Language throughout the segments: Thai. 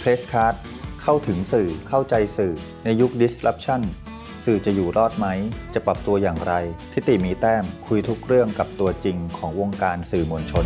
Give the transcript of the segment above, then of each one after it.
Presscard เข้าถึงสื่อเข้าใจสื่อในยุค Disruption สื่อจะอยู่รอดไหมจะปรับตัวอย่างไรทิติมีแต้มคุยทุกเรื่องกับตัวจริงของวงการสื่อมวลชน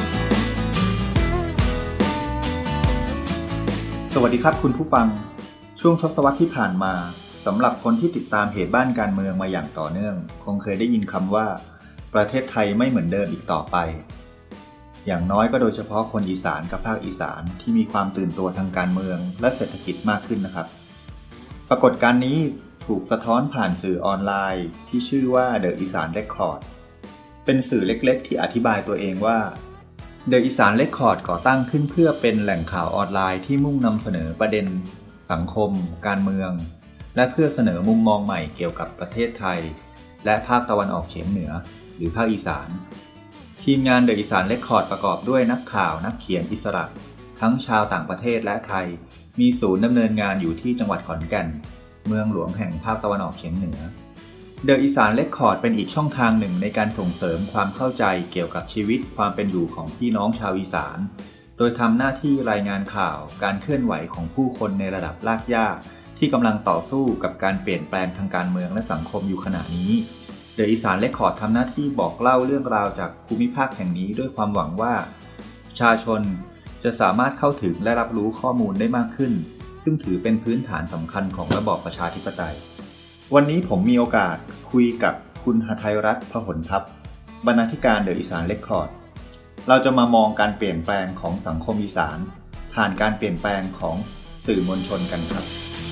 สวัสดีครับคุณผู้ฟังช่วงทศวรรษที่ผ่านมาสำหรับคนที่ติดตามเหตุบ้านการเมืองมาอย่างต่อเนื่องคงเคยได้ยินคำว่าประเทศไทยไม่เหมือนเดิมอีกต่อไปอย่างน้อยก็โดยเฉพาะคนอีสานกับภาคอีสานที่มีความตื่นตัวทางการเมืองและเศรษฐกิจมากขึ้นนะครับปรากฏการณ์นี้ถูกสะท้อนผ่านสื่อออนไลน์ที่ชื่อว่า The อีสาน Record เป็นสื่อเล็กๆที่อธิบายตัวเองว่า The อีสาน Record ก่อตั้งขึ้นเพื่อเป็นแหล่งข่าวออนไลน์ที่มุ่งนำเสนอประเด็นสังคมการเมืองและเพื่อเสนอมุมมองใหม่เกี่ยวกับประเทศไทยและภาคตะวันออกเฉียงเหนือหรือภาคอีสานทีมงาน The อีสาน Record ประกอบด้วยนักข่าวนักเขียนอิสระทั้งชาวต่างประเทศและไทยมีศูนย์ดำเนินงานอยู่ที่จังหวัดขอนแก่นเมืองหลวงแห่งภาคตะวันออกเฉียงเหนือ The อีสาน Record เป็นอีกช่องทางหนึ่งในการส่งเสริมความเข้าใจเกี่ยวกับชีวิตความเป็นอยู่ของพี่น้องชาวอีสานโดยทำหน้าที่รายงานข่าวการเคลื่อนไหวของผู้คนในระดับรากหญ้าที่กำลังต่อสู้กับการเปลี่ยนแปลงทางการเมืองและสังคมอยู่ขณะนี้ The อีสาน Record ทำหน้าที่บอกเล่าเรื่องราวจากภูมิภาคแห่งนี้ด้วยความหวังว่าประชาชนจะสามารถเข้าถึงและรับรู้ข้อมูลได้มากขึ้นซึ่งถือเป็นพื้นฐานสำคัญของระบอบประชาธิปไตยวันนี้ผมมีโอกาสคุยกับคุณหทัยรัตน์ พหลทัพบรรณาธิการ The อีสาน Record เราจะมามองการเปลี่ยนแปลงของสังคมอีสานผ่านการเปลี่ยนแปลงของสื่อมวลชนกันครับ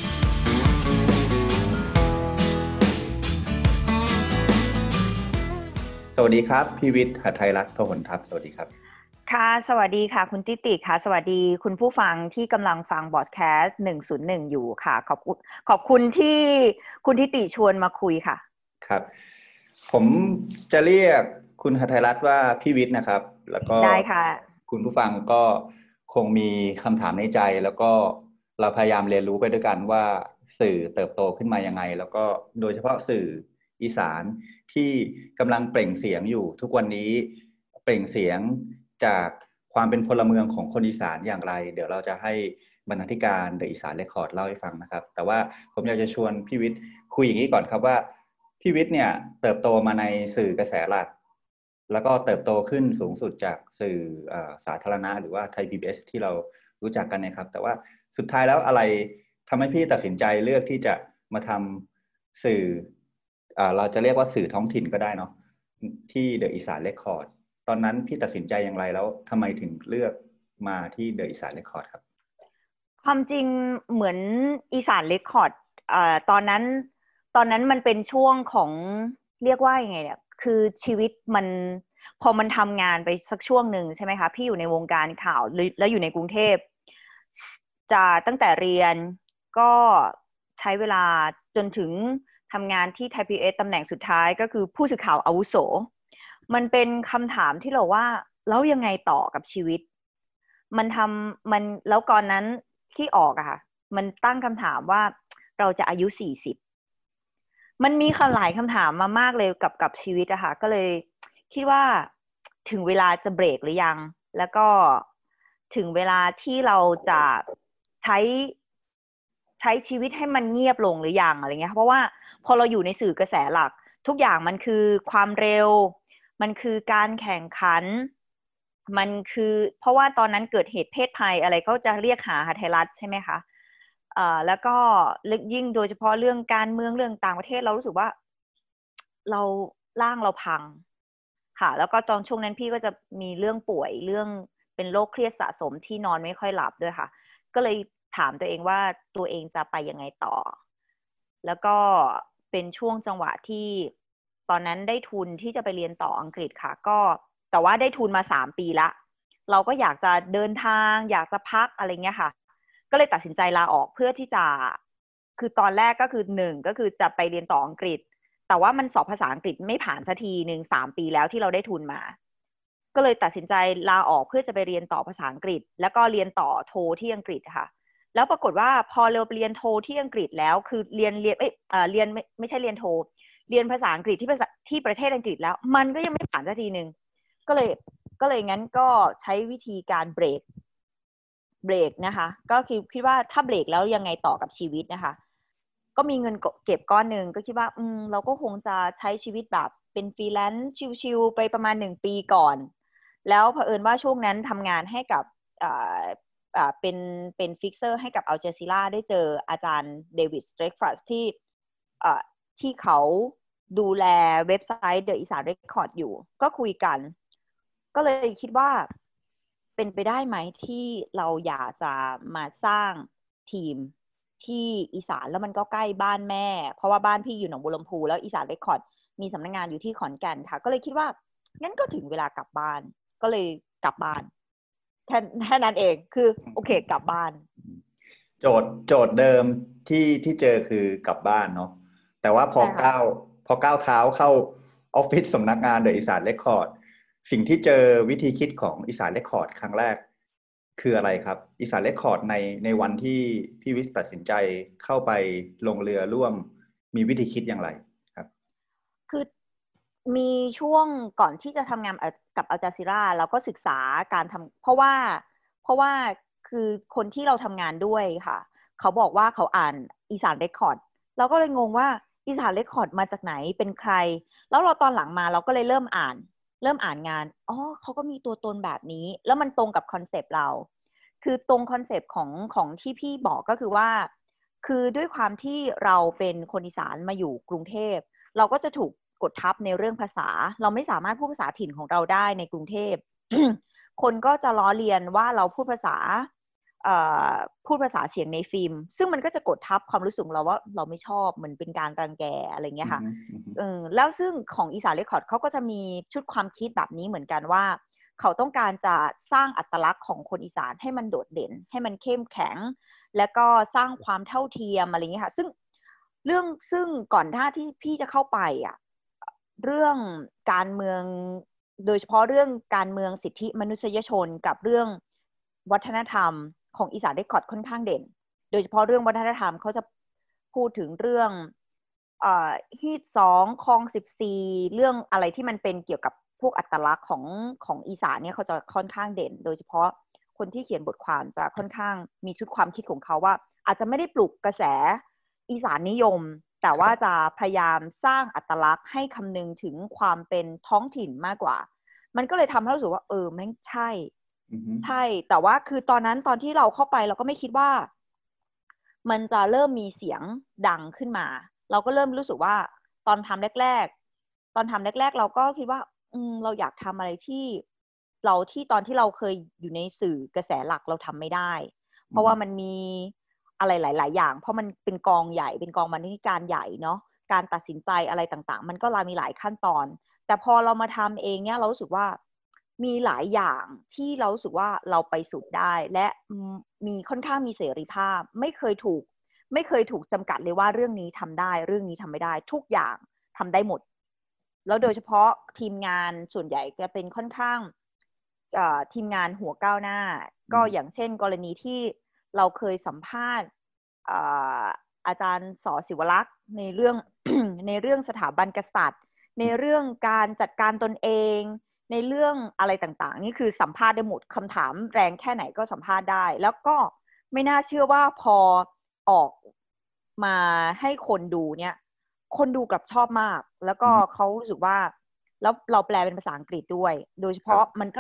สวัสดีครับพี่วิทย์ หทัยรัตน์ พหลทัพสวัสดีครับค่ะสวัสดีค่ะคุณติติค่ะสวัสดีคุณผู้ฟังที่กำลังฟังบอดแคสต์101อยู่ค่ะขอบคุณที่คุณติติชวนมาคุยค่ะครับผมจะเรียกคุณหทัยรัตน์ว่าพี่วิทย์นะครับแล้วก็ได้ค่ะคุณผู้ฟังก็คงมีคำถามในใจแล้วก็เราพยายามเรียนรู้ไปด้วยกันว่าสื่อเติบโตขึ้นมายังไงแล้วก็โดยเฉพาะสื่ออีสานที่กำลังเปล่งเสียงอยู่ทุกวันนี้เปล่งเสียงจากความเป็นพลเมืองของคนอีสานอย่างไรเดี๋ยวเราจะให้บรรณาธิการ The อีสาน Record เล่าให้ฟังนะครับแต่ว่าผมอยากจะชวนพี่วิทย์คุยอย่างนี้ก่อนครับว่าพี่วิทย์เนี่ยเติบโตมาในสื่อกระแสหลักแล้วก็เติบโตขึ้นสูงสุดจากสื่อสาธารณะหรือว่าไทย PBS ที่เรารู้จักกันนะครับแต่ว่าสุดท้ายแล้วอะไรทำให้พี่ตัดสินใจเลือกที่จะมาทำสื่อเราจะเรียกว่าสื่อท้องถิ่นก็ได้เนาะที่ The อีสาน Record ตอนนั้นพี่ตัดสินใจอย่างไรแล้วทำไมถึงเลือกมาที่ The อีสาน Record ครับความจริงเหมือนอีสานเรคคอร์ดตอนนั้นมันเป็นช่วงของเรียกว่ายังไงเนี่ยคือชีวิตมันพอมันทำงานไปสักช่วงหนึ่งใช่ไหมคะพี่อยู่ในวงการข่าวแล้วอยู่ในกรุงเทพจะตั้งแต่เรียนก็ใช้เวลาจนถึงทำงานที่ไทย PBS ตำแหน่งสุดท้ายก็คือผู้สื่อข่าวอาวุโสมันเป็นคำถามที่เราว่าแล้วยังไงต่อกับชีวิตมันแล้วก่อนนั้นที่ออกอะค่ะมันตั้งคำถามว่าเราจะอายุ40มันมีหลายคำถามมามากเลยกับชีวิตอะค่ะก็เลยคิดว่าถึงเวลาจะเบรกหรือยังแล้วก็ถึงเวลาที่เราจะใช้ชีวิตให้มันเงียบลงหรือยังอะไรเงี้ยเพราะว่าพอเราอยู่ในสื่อกระแสหลักทุกอย่างมันคือความเร็วมันคือการแข่งขันมันคือเพราะว่าตอนนั้นเกิดเหตุเพศภัยอะไรก็จะเรียกหาหทัยรัตน์ใช่ไหมคะแล้วก็ยิ่งโดยเฉพาะเรื่องการเมืองเรื่องต่างประเทศเรารู้สึกว่าเราร่างเราพังค่ะแล้วก็ตอนช่วงนั้นพี่ก็จะมีเรื่องป่วยเรื่องเป็นโรคเครียดสะสมที่นอนไม่ค่อยหลับด้วยค่ะก็เลยถามตัวเองว่าตัวเองจะไปยังไงต่อแล้วก็เป็นช่วงจังหวะที่ตอนนั้นได้ทุนที่จะไปเรียนต่ออังกฤษค่ะก็แต่ว่าได้ทุนมา3 ปีละเราก็อยากจะเดินทางอยากจะพักอะไรเงี้ยค่ะก็เลยตัดสินใจลาออกเพื่อที่จะคือตอนแรกก็คือ1ก็คือจะไปเรียนต่ออังกฤษแต่ว่ามันสอบภาษาอังกฤษไม่ผ่านสักทีนึง3 ปีแล้วที่เราได้ทุนมาก็เลยตัดสินใจลาออกเพื่อจะไปเรียนต่อภาษาอังกฤษแล้วก็เรียนต่อโทที่อังกฤษค่ะแล้วปรากฏว่าพอเราไปเรียนโทที่อังกฤษแล้วคือเรียนไม่ใช่เรียนโทเรียนภาษาอังกฤษที่ประเทศอังกฤษแล้วมันก็ยังไม่ผ่านสักทีนึงก็เลยงั้นก็ใช้วิธีการเบรกเบรกนะคะก็คิดว่าถ้าเบรกแล้วยังไงต่อกับชีวิตนะคะก็มีเงินเก็บก้อนหนึ่งก็คิดว่าเราก็คงจะใช้ชีวิตแบบเป็นฟรีแลนซ์ชิลๆไปประมาณ1 ปีก่อนแล้วเผอิญว่าช่วงนั้นทำงานให้กับอ่าเป็นฟิกเซอร์ให้กับอัลจ z ซีราได้เจออาจารย์เดวิดสเตรกฟัสอ่าที่เขาดูแลเว็บไซต์ The อีสานเรคคอร์ดอยู่ก็คุยกันก็เลยคิดว่าเป็นไปได้ไหมที่เราอยากจะมาสร้างทีมที่อีสานแล้วมันก็ใกล้บ้านแม่เพราะว่าบ้านพี่อยู่หนองบัวลำพูแล้วอีสานเรคคอร์ดมีสำนักงานอยู่ที่ขอนแก่นค่ะก็เลยคิดว่างั้นก็ถึงเวลากลับบ้านก็เลยกลับบ้านแค่นั้นเองคือโอเคกลับบ้านโจทย์เดิมที่เจอคือกลับบ้านเนาะแต่ว่าพอใช่ค่ะก้าวเท้าเข้าออฟฟิศสำนักงานเดอะอีสานเรคคอร์ดสิ่งที่เจอวิธีคิดของอีสานเรคคอร์ดครั้งแรกคืออะไรครับอีสานเรคคอร์ดในวันที่พี่วิสตัดสินใจเข้าไปลงเรือร่วมมีวิธีคิดอย่างไรครับคือมีช่วงก่อนที่จะทำงานกับอัลจาซีราเราก็ศึกษาการทำเพราะว่าคือคนที่เราทำงานด้วยค่ะเขาบอกว่าเขาอ่านอีสานเรคคอร์ดเราก็เลยงงว่าอีสานเรคคอร์ดมาจากไหนเป็นใครแล้วเราตอนหลังมาเราก็เลยเริ่มอ่านงานอ๋อเขาก็มีตัวตนแบบนี้แล้วมันตรงกับคอนเซปต์เราคือตรงคอนเซปต์ของที่พี่บอกก็คือว่าคือด้วยความที่เราเป็นคนอีสานมาอยู่กรุงเทพ เราก็จะถูกกดทับในเรื่องภาษา เราไม่สามารถพูดภาษาถิ่นของเราได้ในกรุงเทพ คนก็จะล้อเลียนว่าเราพูดภาษาเอ่อพูดภาษาเสียงในฟิล์มซึ่งมันก็จะกดทับความรู้สึกของเราว่าเราไม่ชอบเหมือนเป็นการรังแกอะไรเงี้ยค่ะแล้วซึ่งของอีสานเรคคอร์ดเขาก็จะมีชุดความคิดแบบนี้เหมือนกันว่าเขาต้องการจะสร้างอัตลักษณ์ของคนอีสานให้มันโดดเด่นให้มันเข้มแข็ง แล้วก็สร้างความเท่าเทียมอะไรเงี้ยค่ะซึ่งก่อนหน้าที่พี่จะเข้าไปอ่ะเรื่องการเมืองโดยเฉพาะเรื่องการเมืองสิทธิมนุษยชนกับเรื่องวัฒนธรรมของอีสานเรคคอร์ดค่อนข้างเด่นโดยเฉพาะเรื่องวัฒนธรรมเขาจะพูดถึงเรื่องฮีท2คลอง 14เรื่องอะไรที่มันเป็นเกี่ยวกับพวกอัตลักษณ์ของอีสานเนี่ยเขาจะค่อนข้างเด่นโดยเฉพาะคนที่เขียนบทความจะค่อนข้างมีชุดความคิดของเขาว่าอาจจะไม่ได้ปลุกกระแสอีสานนิยมแต่ว่าจะพยายามสร้างอัตลักษณ์ให้คำนึงถึงความเป็นท้องถิ่นมากกว่ามันก็เลยทำให้รู้สึกว่าแม่งใช่ใช่แต่ว่าคือตอนที่เราเข้าไปเราก็ไม่คิดว่ามันจะเริ่มมีเสียงดังขึ้นมาเราก็เริ่มรู้สึกว่าตอนทำแรกๆตอนทำแรกๆเราก็คิดว่าเราอยากทำอะไรที่ตอนที่เราเคยอยู่ในสื่อกระแสหลักเราทำไม่ได้เพราะว่ามันมีอะไรหลายๆอย่างเพราะมันเป็นกองใหญ่เป็นกองบรรณาธิการใหญ่เนาะการตัดสินใจอะไรต่างๆมันก็มีหลายขั้นตอนแต่พอเรามาทำเองเนี่ยเรารู้สึกว่ามีหลายอย่างที่เรารู้สึกว่าเราไปสุดได้และมีค่อนข้างมีเสรีภาพไม่เคยถูกจำกัดเลยว่าเรื่องนี้ทำได้เรื่องนี้ทำไม่ได้ทุกอย่างทำได้หมดแล้วโดยเฉพาะทีมงานส่วนใหญ่จะเป็นค่อนข้างทีมงานหัวก้าวหน้าก็อย่างเช่นกรณีที่เราเคยสัมภาษณ์อาจารย์สศิวลักษณ์ในเรื่อง ในเรื่องสถาบันกษัตริย์ในเรื่องการจัดการตนเองในเรื่องอะไรต่างๆนี่คือสัมภาษณ์ได้หมดคำถามแรงแค่ไหนก็สัมภาษณ์ได้แล้วก็ไม่น่าเชื่อว่าพอออกมาให้คนดูเนี่ยคนดูกลับชอบมากแล้วก็เขารู้สึกว่าแล้วเราแปลเป็นภาษาอังกฤษด้วยโดยเฉพาะ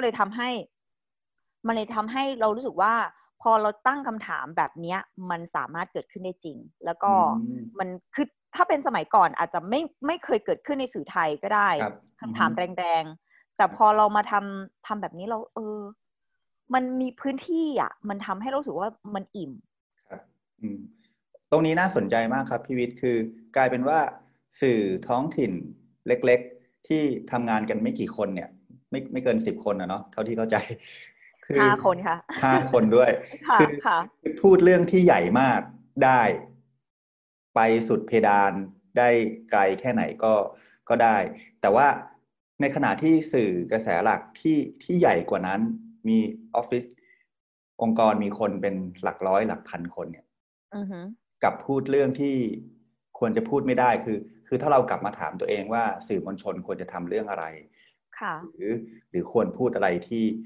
มันเลยทำให้เรารู้สึกว่าพอเราตั้งคำถามแบบนี้มันสามารถเกิดขึ้นได้จริงแล้วก็มันคือถ้าเป็นสมัยก่อนอาจจะไม่เคยเกิดขึ้นในสื่อไทยก็ได้คำถามแรงๆแต่พอเรามาทำแบบนี้เรามันมีพื้นที่อ่ะมันทำให้เรารู้สึกว่ามันอิ่มครับตรงนี้น่าสนใจมากครับพี่วิทย์คือกลายเป็นว่าสื่อท้องถิ่นเล็กๆที่ทำงานกันไม่กี่คนเนี่ยไม่เกิน10 คนนะเนาะเท่าที่เข้าใจคือ 5 คนค่ะ 5 คนด้วยค่ะคือค่ะพูดเรื่องที่ใหญ่มากได้ไปสุดเพดานได้ไกลแค่ไหนก็ได้แต่ว่าในขณะที่สื่อกระแสหลักที่ใหญ่กว่านั้นมีออฟฟิศองค์กรมีคนเป็นหลักร้อยหลักพันคนเนี่ยกับพูดเรื่องที่ควรจะพูดไม่ได้คือถ้าเรากลับมาถามตัวเองว่าสื่อมวลชนควรจะทำเรื่องอะไรหรือควรพูดอะไร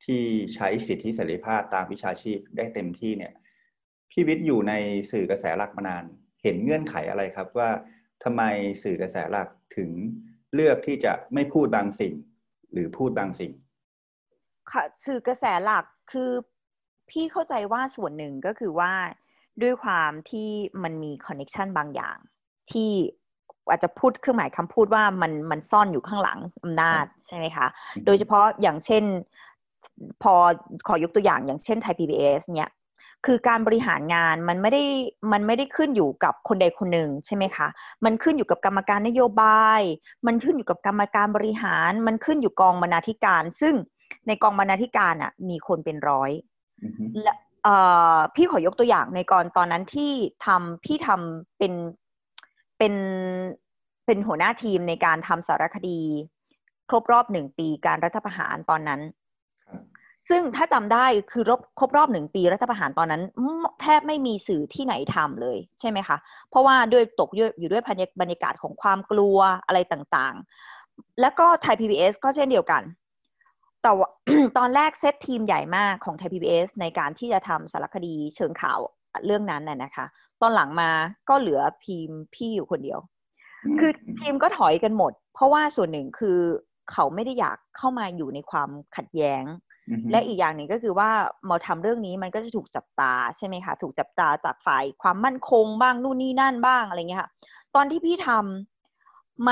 ที่ใช้สิทธิเสรีภาพตามวิชาชีพได้เต็มที่เนี่ยพี่วิทย์อยู่ในสื่อกระแสหลักมานานเห็นเงื่อนไขอะไรครับว่าทำไมสื่อกระแสหลักถึงเลือกที่จะไม่พูดบางสิ่งหรือพูดบางสิ่งค่ะสื่อกระแสหลักคือพี่เข้าใจว่าส่วนหนึ่งก็คือว่าด้วยความที่มันมีคอนเน็กชันบางอย่างที่อาจจะพูดเครื่องหมายคำพูดว่ามันซ่อนอยู่ข้างหลังอำนาจใช่ไหมคะโดยเฉพาะอย่างเช่นพอขอยกตัวอย่างอย่างเช่นไทย PBS เนี่ยคือการบริหารงานมันไม่ได้ขึ้นอยู่กับคนใดคนหนึ่งใช่ไหมคะมันขึ้นอยู่กับกรรมการนโยบายมันขึ้นอยู่กับกรรมการบริหารมันขึ้นอยู่กองบรรณาธิการซึ่งในกองบรรณาธิการอ่ะมีคนเป็นร้อยและพี่ขอยกตัวอย่างในกรตอนนั้นที่พี่ทำเป็นเป็นหัวหน้าทีมในการทำสารคดีครบรอบ1 ปีการรัฐประหารตอนนั้นซึ่งถ้าจำได้คือครบรอบ1 ปีรัฐประหารตอนนั้นแทบไม่มีสื่อที่ไหนทำเลยใช่ไหมคะเพราะว่าด้วยตกอยู่ด้วยบรรยากาศของความกลัวอะไรต่างๆแล้วก็ไทย PBS ก็เช่นเดียวกันแต่ว่า ตอนแรกเซตทีมใหญ่มากของไทย PBS ในการที่จะทำสารคดีเชิงข่าวเรื่องนั้นน่ะนะคะตอนหลังมาก็เหลือพีมพี่อยู่คนเดียวคือทีมก็ถอยกันหมดเพราะว่าส่วนหนึ่งคือเขาไม่ได้อยากเข้ามาอยู่ในความขัดแย้งและอีกอย่างหนึ่งก็คือว่ามาทำเรื่องนี้มันก็จะถูกจับตาใช่ไหมคะถูกจับตาจากฝ่ายความมั่นคงบ้างนู่นนี่นั่นบ้างอะไรเงี้ยค่ะตอนที่พี่ทำ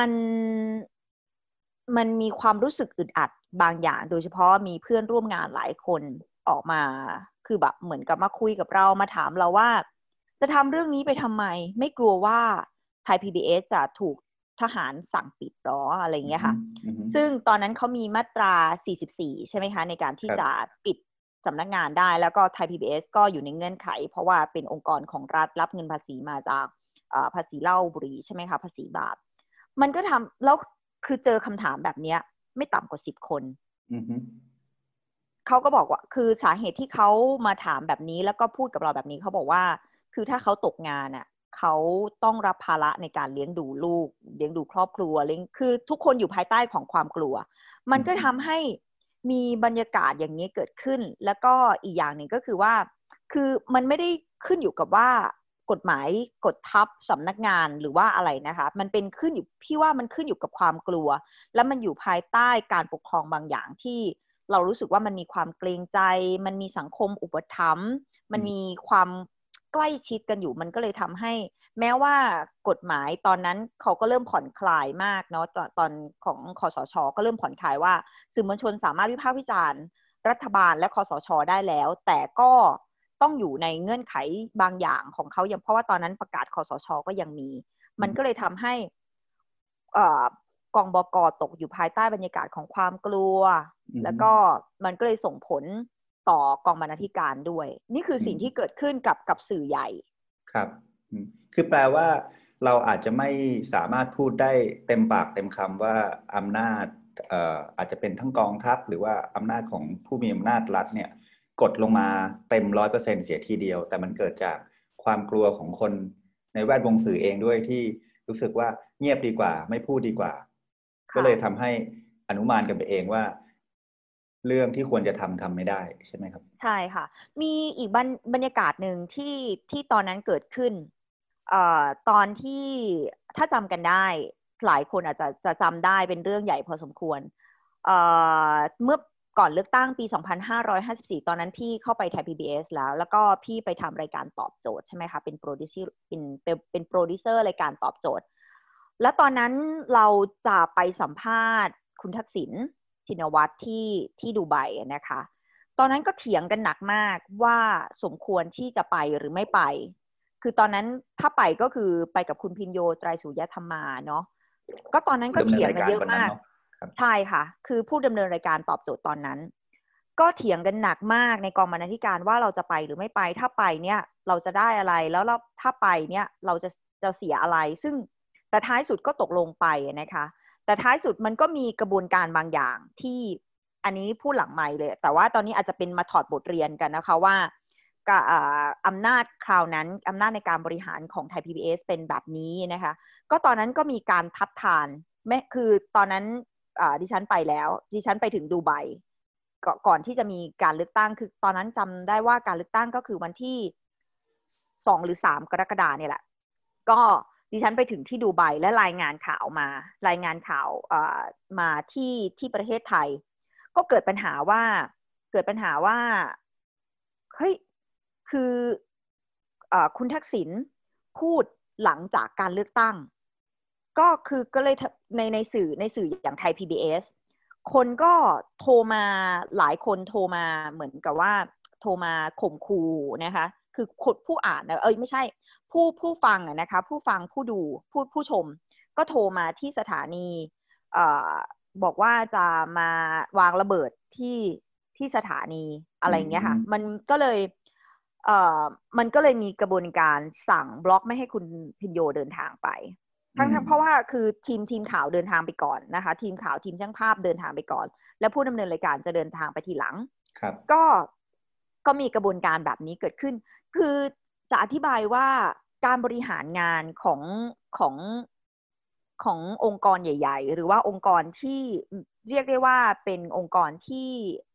มันมีความรู้สึกอึดอัดบางอย่างโดยเฉพาะมีเพื่อนร่วมงานหลายคนออกมาคือแบบเหมือนกับมาคุยกับเรามาถามเราว่าจะทำเรื่องนี้ไปทำไมไม่กลัวว่าไทย PBS จะถูกทหารสั่งปิดหรออะไรเงี้ยค่ะซึ่งตอนนั้นเขามีมาตรา44ใช่ไหมคะในการที่จะปิดสำนักงานได้แล้วก็ไทย PBS ก็อยู่ในเงื่อนไขเพราะว่าเป็นองค์กรของรัฐรับเงินภาษีมาจากภาษีเหล้าบุหรี่ใช่ไหมคะภาษีบาปมันก็ทำแล้วคือเจอคำถามแบบนี้ไม่ต่ำกว่า10 คนเขาก็บอกว่าคือสาเหตุที่เขามาถามแบบนี้แล้วก็พูดกับเราแบบนี้เขาบอกว่าคือถ้าเขาตกงานอ่ะเขาต้องรับภาระในการเลี้ยงดูลูกเลี้ยงดูครอบครัวคือทุกคนอยู่ภายใต้ของความกลัวมันก็ทำให้มีบรรยากาศอย่างนี้เกิดขึ้นแล้วก็อีกอย่างหนึ่งก็คือว่าคือมันไม่ได้ขึ้นอยู่กับว่ากฎหมายกดทับสำนักงานหรือว่าอะไรนะคะมันเป็นขึ้นอยู่พี่ว่ามันขึ้นอยู่กับความกลัวแล้วมันอยู่ภายใต้การปกครองบางอย่างที่เรารู้สึกว่ามันมีความเกรงใจมันมีสังคมอุปถัมภ์มันมีความใกล้ชิดกันอยู่มันก็เลยทำให้แม้ว่ากฎหมายตอนนั้นเขาก็เริ่มผ่อนคลายมากเนาะตอนของคสช.ก็เริ่มผ่อนคลายว่าสื่อมวลชนสามารถวิพากษ์วิจารณ์รัฐบาลและคสช.ได้แล้วแต่ก็ต้องอยู่ในเงื่อนไขบางอย่างของเขาอย่างเพราะว่าตอนนั้นประกาศคสช.ก็ยังมีมันก็เลยทำให้กองบก.ตกอยู่ภายใต้บรรยากาศของความกลัวแล้วก็มันก็เลยส่งผลต่อกองบรรณาธิการด้วยนี่คือสิ่งที่เกิดขึ้นกับสื่อใหญ่ครับคือแปลว่าเราอาจจะไม่สามารถพูดได้เต็มปากเต็มคำว่าอำนาจอาจจะเป็นทั้งกองทัพหรือว่าอำนาจของผู้มีอำนาจรัฐเนี่ยกดลงมาเต็ม100%เสียทีเดียวแต่มันเกิดจากความกลัวของคนในแวดวงสื่อเองด้วยที่รู้สึกว่าเงียบดีกว่าไม่พูดดีกว่าก็เลยทำให้อนุมานกันไปเองว่าเรื่องที่ควรจะทำไม่ได้ใช่ไหมครับใช่ค่ะมีอีกบรรยากาศหนึ่งที่ตอนนั้นเกิดขึ้นตอนที่ถ้าจำกันได้หลายคนอาจจะจำได้เป็นเรื่องใหญ่พอสมควรเมื่อก่อนเลือกตั้งปี2554ตอนนั้นพี่เข้าไปไทย PBS แล้วก็พี่ไปทำรายการตอบโจทย์ใช่ไหมคะเป็นโปรดิวเซอร์เป็นโปรดิวเซอร์รายการตอบโจทย์แล้วตอนนั้นเราจะไปสัมภาษณ์คุณทักษิณชินวัตรที่ดูไบนะคะตอนนั้นก็เถียงกันหนักมากว่าสมควรที่จะไปหรือไม่ไปคือตอนนั้นถ้าไปก็คือไปกับคุณพินโยไตรสุริยธรรมาเนาะก็ตอนนั้นก็เถียงกันเยอะมากใช่ค่ะคือผู้ดำเนินรายการตอบโจทย์ตอนนั้นก็เถียงกันหนักมากในกองบรรณาธิการว่าเราจะไปหรือไม่ไปถ้าไปเนี่ยเราจะได้อะไรแล้วถ้าไปเนี่ยเราจะเสียอะไรซึ่งแต่ท้ายสุดก็ตกลงไปนะคะแต่ท้ายสุดมันก็มีกระบวนการบางอย่างที่อันนี้พูดหลังไมค์เลยแต่ว่าตอนนี้อาจจะเป็นมาถอดบทเรียนกันนะคะว่าอำนาจคราวนั้นอำนาจในการบริหารของไทย PBS เป็นแบบนี้นะคะก็ตอนนั้นก็มีการทัดทานคือตอนนั้นดิฉันไปแล้วดิฉันไปถึงดูไบก่อนที่จะมีการเลือกตั้งคือตอนนั้นจำได้ว่าการเลือกตั้งก็คือวันที่2 หรือ 3 กรกฎาคมเนี่ยแหละก็ดิฉันไปถึงที่ดูไบและรายงานข่าวมาที่ประเทศไทยก็เกิดปัญหาว่าเฮ้ยคือคุณทักษิณพูดหลังจากการเลือกตั้งก็เลยในสื่ออย่างไทย PBS คนก็โทรมาหลายคนโทรมาเหมือนกับว่าโทรมาข่มขู่นะคะคือผู้อ่านนะไม่ใช่ผู้ฟังนะคะผู้ฟังผู้ดูผู้ชมก็โทรมาที่สถานีบอกว่าจะมาวางระเบิดที่สถานีอะไรอย่างเงี้ยค่ะมันก็เลยมีกระบวนการสั่งบล็อกไม่ให้คุณพินโยเดินทางไปทั้งเพราะว่าคือทีมข่าวเดินทางไปก่อนนะคะทีมข่าวทีมช่างภาพเดินทางไปก่อนแล้วผู้ดำเนินรายการจะเดินทางไปทีหลังครับก็มีกระบวนการแบบนี้เกิดขึ้นคือจะอธิบายว่าการบริหารงานขององค์กรใหญ่ๆหรือว่าองค์กรที่เรียกได้ว่าเป็นองค์กรที่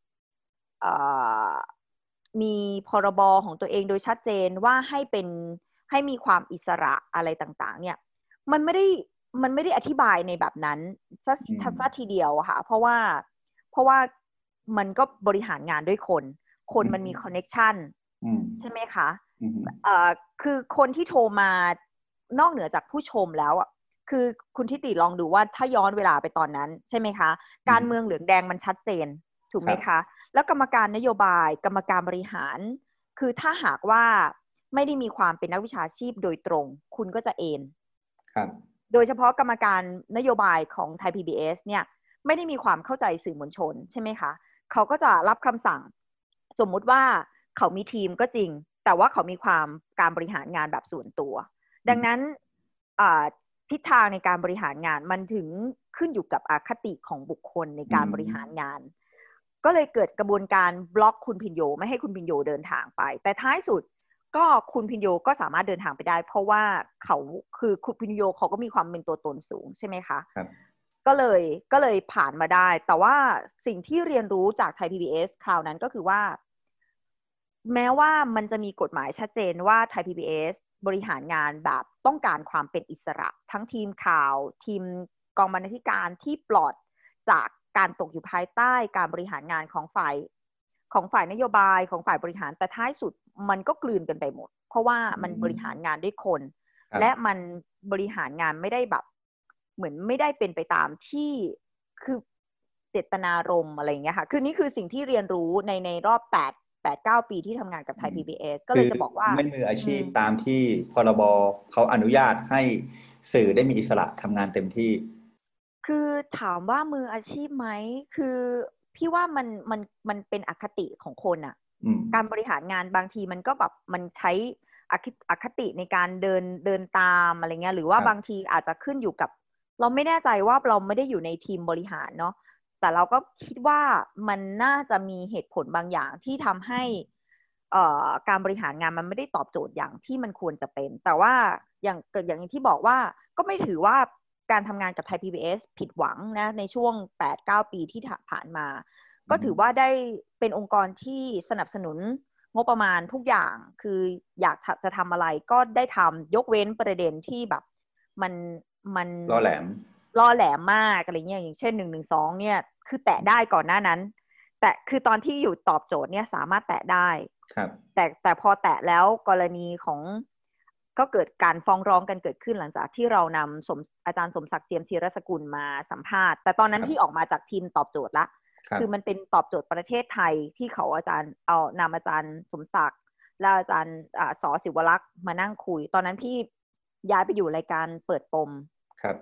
มีพรบของตัวเองโดยชัดเจนว่าให้มีความอิสระอะไรต่างๆเนี่ยมันไม่ได้อธิบายในแบบนั้นซะทีเดียวค่ะเพราะว่ามันก็บริหารงานด้วยคนมันมีคอนเน็กชันใช่ไหมคะคือคนที่โทรมานอกเหนือจากผู้ชมแล้วอ่ะคือคุณทิติลองดูว่าถ้าย้อนเวลาไปตอนนั้นใช่ไหมคะการเมืองเหลืองแดงมันชัดเจนถูกไหมคะแล้วกรรมการนโยบายกรรมการบริหารคือถ้าหากว่าไม่ได้มีความเป็นนักวิชาชีพโดยตรงคุณก็จะเอนโดยเฉพาะกรรมการนโยบายของไทย PBS เนี่ยไม่ได้มีความเข้าใจสื่อมวลชนใช่ไหมคะเขาก็จะรับคำสั่งสมมุติว่าเขามีทีมก็จริงแต่ว่าเขามีความการบริหารงานแบบส่วนตัวดังนั้นทิศทางในการบริหารงานมันถึงขึ้นอยู่กับอคติของบุคคลในการบริหารงานก็เลยเกิดกระบวนการบล็อกคุณพินโยไม่ให้คุณพินโยเดินทางไปแต่ท้ายสุดก็คุณพินโยก็สามารถเดินทางไปได้เพราะว่าคือคุณพินโยเขาก็มีความเป็นตัวตนสูงใช่ไหมคะก็เลยผ่านมาได้แต่ว่าสิ่งที่เรียนรู้จากไทย PBS คราวนั้นก็คือว่าแม้ว่ามันจะมีกฎหมายชัดเจนว่าไทย PBS บริหารงานแบบต้องการความเป็นอิสระทั้งทีมข่าวทีมกองบรรณาธิการที่ปลอดจากการตกอยู่ภายใต้การบริหารงานของฝ่ายนโยบายของฝ่ายบริหารแต่ท้ายสุดมันก็กลืนกันไปหมดเพราะว่ามันบริหารงานด้วยคนและมันบริหารงานไม่ได้แบบเหมือนไม่ได้เป็นไปตามที่คือเจตนารมณ์อะไรอย่างเงี้ยค่ะคือนี่คือสิ่งที่เรียนรู้ในรอบ8-9 ปีที่ทำงานกับไทย PBS ก็เลยจะบอกว่าไม่มืออาชีพตามที่พรบเขาอนุญาตให้สื่อได้มีอิสระทำงานเต็มที่คือถามว่ามืออาชีพไหมคือพี่ว่ามันเป็นอคติของคนอะการบริหารงานบางทีมันก็แบบมันใช้อคติในการเดินตามอะไรเงี้ยหรือว่าบางทีอาจจะขึ้นอยู่กับเราไม่แน่ใจว่าเราไม่ได้อยู่ในทีมบริหารเนาะแต่เราก็คิดว่ามันน่าจะมีเหตุผลบางอย่างที่ทำให้การบริหารงานมันไม่ได้ตอบโจทย์อย่างที่มันควรจะเป็นแต่ว่าอย่างที่บอกว่าก็ไม่ถือว่าการทำงานกับไทย PBS ผิดหวังนะในช่วง 8-9 ปีที่ผ่านมาก็ถือว่าได้เป็นองค์กรที่สนับสนุนงบประมาณทุกอย่างคืออยากจะทำอะไรก็ได้ทำยกเว้นประเด็นที่แบบมันล่อแหลมมากอะไรเงี้ยอย่างเช่น112เนี่ยคือแตะได้ก่อนหน้านั้นแต่คือตอนที่อยู่ตอบโจทย์เนี่ยสามารถแตะได้แต่พอแตะแล้วกรณีของก็เกิดการฟ้องร้องกันเกิดขึ้นหลังจากที่เรานำอาจารย์สมศักดิ์เจียมธีรสกุลมาสัมภาษณ์แต่ตอนนั้นที่ออกมาจากทีมตอบโจทย์ละคือมันเป็นตอบโจทย์ประเทศไทยที่เขาอาจารย์นำอาจารย์สมศักดิ์และอาจารย์ส.ศิวรักษ์มานั่งคุยตอนนั้นพี่ย้ายไปอยู่รายการเปิดปมครับ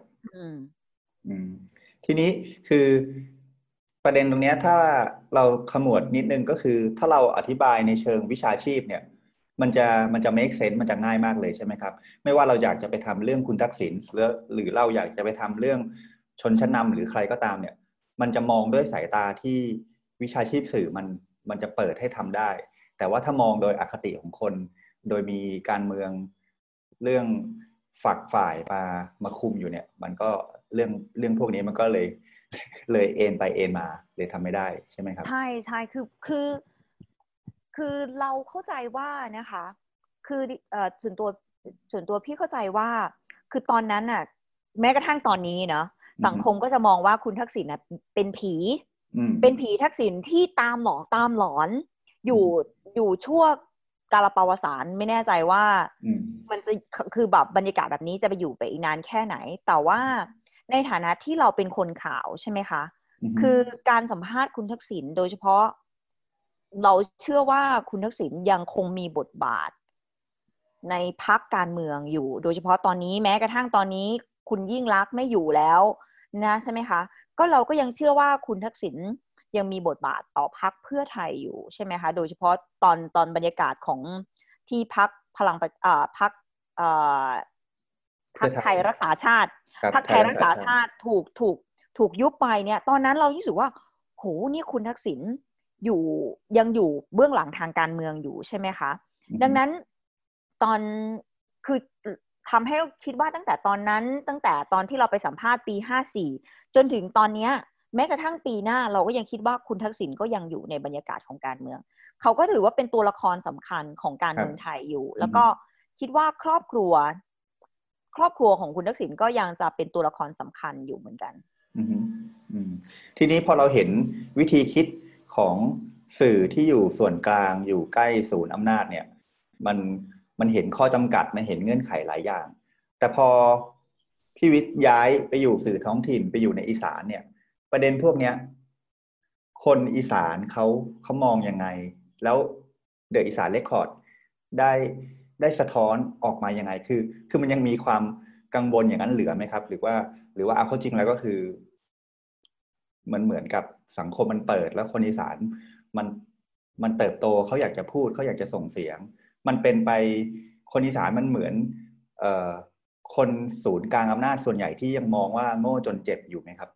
ทีนี้คือประเด็นตรงนี้ถ้าเราขมวดนิดนึงก็คือถ้าเราอธิบายในเชิงวิชาชีพเนี่ยมันจะ make sense มันจะง่ายมากเลยใช่ไหมครับไม่ว่าเราอยากจะไปทำเรื่องคุณทักษิณหรือเราอยากจะไปทำเรื่องชนชั้นนำหรือใครก็ตามเนี่ยมันจะมองด้วยสายตาที่วิชาชีพสื่อมันจะเปิดให้ทำได้แต่ว่าถ้ามองโดยอคติของคนโดยมีการเมืองเรื่องฝักฝ่ายมาคุมอยู่เนี่ยมันก็เรื่องพวกนี้มันก็เลยเลยเอ็นไปเอ็นมาเลยทำไม่ได้ใช่ไหมครับใช่ใช่คือเราเข้าใจว่านะคะคือส่วนตัวพี่เข้าใจว่าคือตอนนั้นน่ะแม้กระทั่งตอนนี้เนาะสังคมก็จะมองว่าคุณทักษิณน่ะเป็นผีเป็นผีทักษิณที่ตามหลอนอยู่อยู่ชั่วกาลปวสานไม่แน่ใจว่ามันจะคือแบบบรรยากาศแบบนี้จะไปอยู่ไปอีกนานแค่ไหนแต่ว่าในฐานะที่เราเป็นคนข่าวใช่ไหมคะคือการสัมภาษณ์คุณทักษิณโดยเฉพาะเราเชื่อว่าคุณทักษิณยังคงมีบทบาทในพรรคการเมืองอยู่โดยเฉพาะตอนนี้แม้กระทั่งตอนนี้คุณยิ่งลักษณ์ไม่อยู่แล้วนะใช่ไหมคะก็เราก็ยังเชื่อว่าคุณทักษิณยังมีบทบาทต่อพรรคเพื่อไทยอยู่ใช่ไหมคะโดยเฉพาะตอนบรรยากาศของที่พรรคพลังพรรคพรรคไทยรักษาชาติพรรคไทยรักษาชาติถูกยุบไปเนี่ยตอนนั้นเรารู้สึกว่าโหนี่คุณทักษิณยังอยู่เบื้องหลังทางการเมืองอยู่ใช่ไหมคะดังนั้นตอนคือทำให้คิดว่าตั้งแต่ตอนนั้นตั้งแต่ตอนที่เราไปสัมภาษณ์ปี54จนถึงตอนนี้แม้กระทั่งปีหน้าเราก็ยังคิดว่าคุณทักษิณก็ยังอยู่ในบรรยากาศของการเมืองเขาก็ถือว่าเป็นตัวละครสำคัญของการเมืองไทยอยู่แล้วก็คิดว่าครอบครัวของคุณทักษิณก็ยังจะเป็นตัวละครสำคัญอยู่เหมือนกันทีนี้พอเราเห็นวิธีคิดของสื่อที่อยู่ส่วนกลางอยู่ใกล้ศูนย์อำนาจเนี่ยมันเห็นข้อจำกัดมันเห็นเงื่อนไขหลายอย่างแต่พอพี่วิทย์ย้ายไปอยู่สื่อท้องถิ่นไปอยู่ในอีสานเนี่ยประเด็นพวกเนี้ยคนอีสานเขามองยังไงแล้วเดอะอีสานเรคคอร์ดได้สะท้อนออกมายังไงคือมันยังมีความกังวลอย่างนั้นเหลือไหมครับหรือว่าเอาเข้าจริงแล้วก็คือมันเหมือนกับสังคมมันเปิดแล้วคนอีสานมันเติบโตเขาอยากจะพูดเขาอยากจะส่งเสียงมันเป็นไปคนอีสานมันเหมือนคนศูนย์กลางอำนาจส่วนใหญ่ที่ยังมองว่าโง่จนเจ็บอยู่ไหมครับ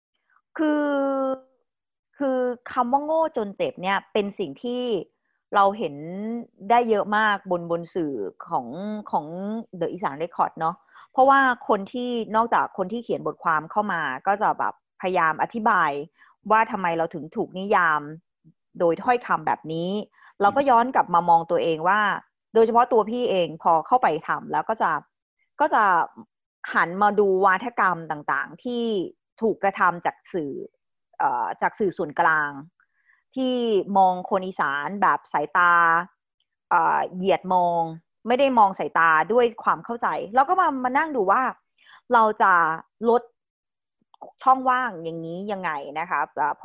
คือคำว่าโง่จนเจ็บเนี่ยเป็นสิ่งที่เราเห็นได้เยอะมากบนสื่อของ The อีสานเรคคอร์ดเนาะเพราะว่าคนที่นอกจากคนที่เขียนบทความเข้ามาก็จะแบบพยายามอธิบายว่าทำไมเราถึงถูกนิยามโดยถ้อยคำแบบนี้เราก็ย้อนกลับมามองตัวเองว่าโดยเฉพาะตัวพี่เองพอเข้าไปทำแล้วก็จะหันมาดูวาทกรรมต่างๆที่ถูกกระทำจากสื่อส่วนกลางที่มองคนอีสานแบบสายตาเหยียดมองไม่ได้มองสายตาด้วยความเข้าใจแล้วก็มานั่งดูว่าเราจะลดช่องว่างอย่างนี้ยังไงนะคะ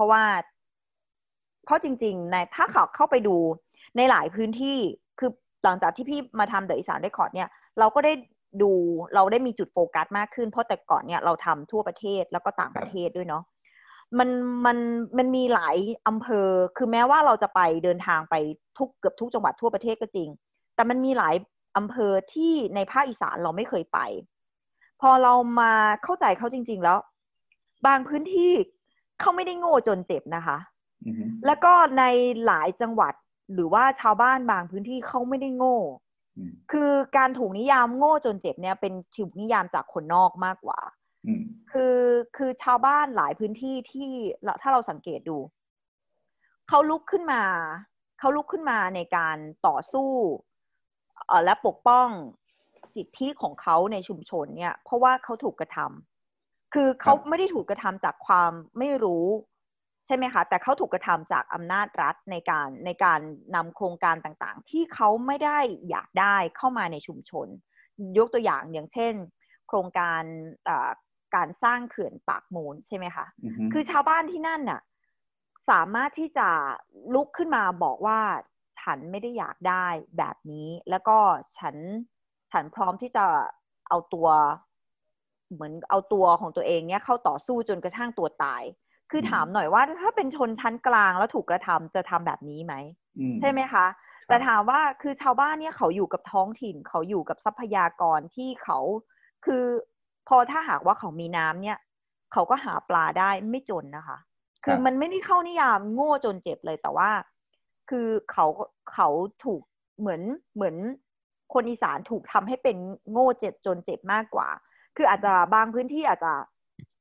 เพราะจริงๆถ้าเข้าไปดูในหลายพื้นที่คือหลังจากที่พี่มาทำเดอะอีสานเรคคอร์ดเนี่ยเราก็ได้เราได้มีจุดโฟกัสมากขึ้นเพราะแต่ก่อนเนี่ยเราทำทั่วประเทศแล้วก็ต่างประเทศด้วยเนาะมันมันมันมีหลายอำเภอคือแม้ว่าเราจะไปเดินทางไปเกือบทุกจังหวัดทั่วประเทศก็จริงแต่มันมีหลายอำเภอที่ในภาคอีสานเราไม่เคยไปพอเรามาเข้าใจเขาจริงๆแล้วบางพื้นที่เขาไม่ได้โง่จนเจ็บนะคะแล้วก็ในหลายจังหวัดหรือว่าชาวบ้านบางพื้นที่เขาไม่ได้โง่คือการถูกนิยามโง่จนเจ็บเนี่ยเป็นถูกนิยามจากคนนอกมากกว่าคือชาวบ้านหลายพื้นที่ที่ถ้าเราสังเกตดูเขาลุกขึ้นมาในการต่อสู้และปกป้องสิทธิของเขาในชุมชนเนี่ยเพราะว่าเขาถูกกระทำคือเขาไม่ได้ถูกกระทำจากความไม่รู้ใช่ไหมคะแต่เขาถูกกระทำจากอำนาจรัฐในการนำโครงการต่างๆที่เขาไม่ได้อยากได้เข้ามาในชุมชนยกตัวอย่างเช่นโครงการการสร้างเขื่อนปากมูลใช่ไหมคะคือชาวบ้านที่นั่นน่ะสามารถที่จะลุกขึ้นมาบอกว่าฉันไม่ได้อยากได้แบบนี้แล้วก็ฉันพร้อมที่จะเอาตัวเหมือนเอาตัวของตัวเองเนี่ยเข้าต่อสู้จนกระทั่งตัวตายคือถามหน่อยว่าถ้าเป็นชนชั้นกลางแล้วถูกกระทำจะทำแบบนี้ไหมใช่ไหมคะแต่ถามว่าคือชาวบ้านเนี่ยเขาอยู่กับท้องถิ่นเขาอยู่กับทรัพยากรที่เขาคือพอถ้าหากว่าเขามีน้ำเนี่ยเขาก็หาปลาได้ไม่จนนะคะคือมันไม่ได้เข้านิยามโง่จนเจ็บเลยแต่ว่าคือเขาถูกเหมือนคนอีสานถูกทำให้เป็นโง่เจ็บจนเจ็บมากกว่าคืออาจจะบางพื้นที่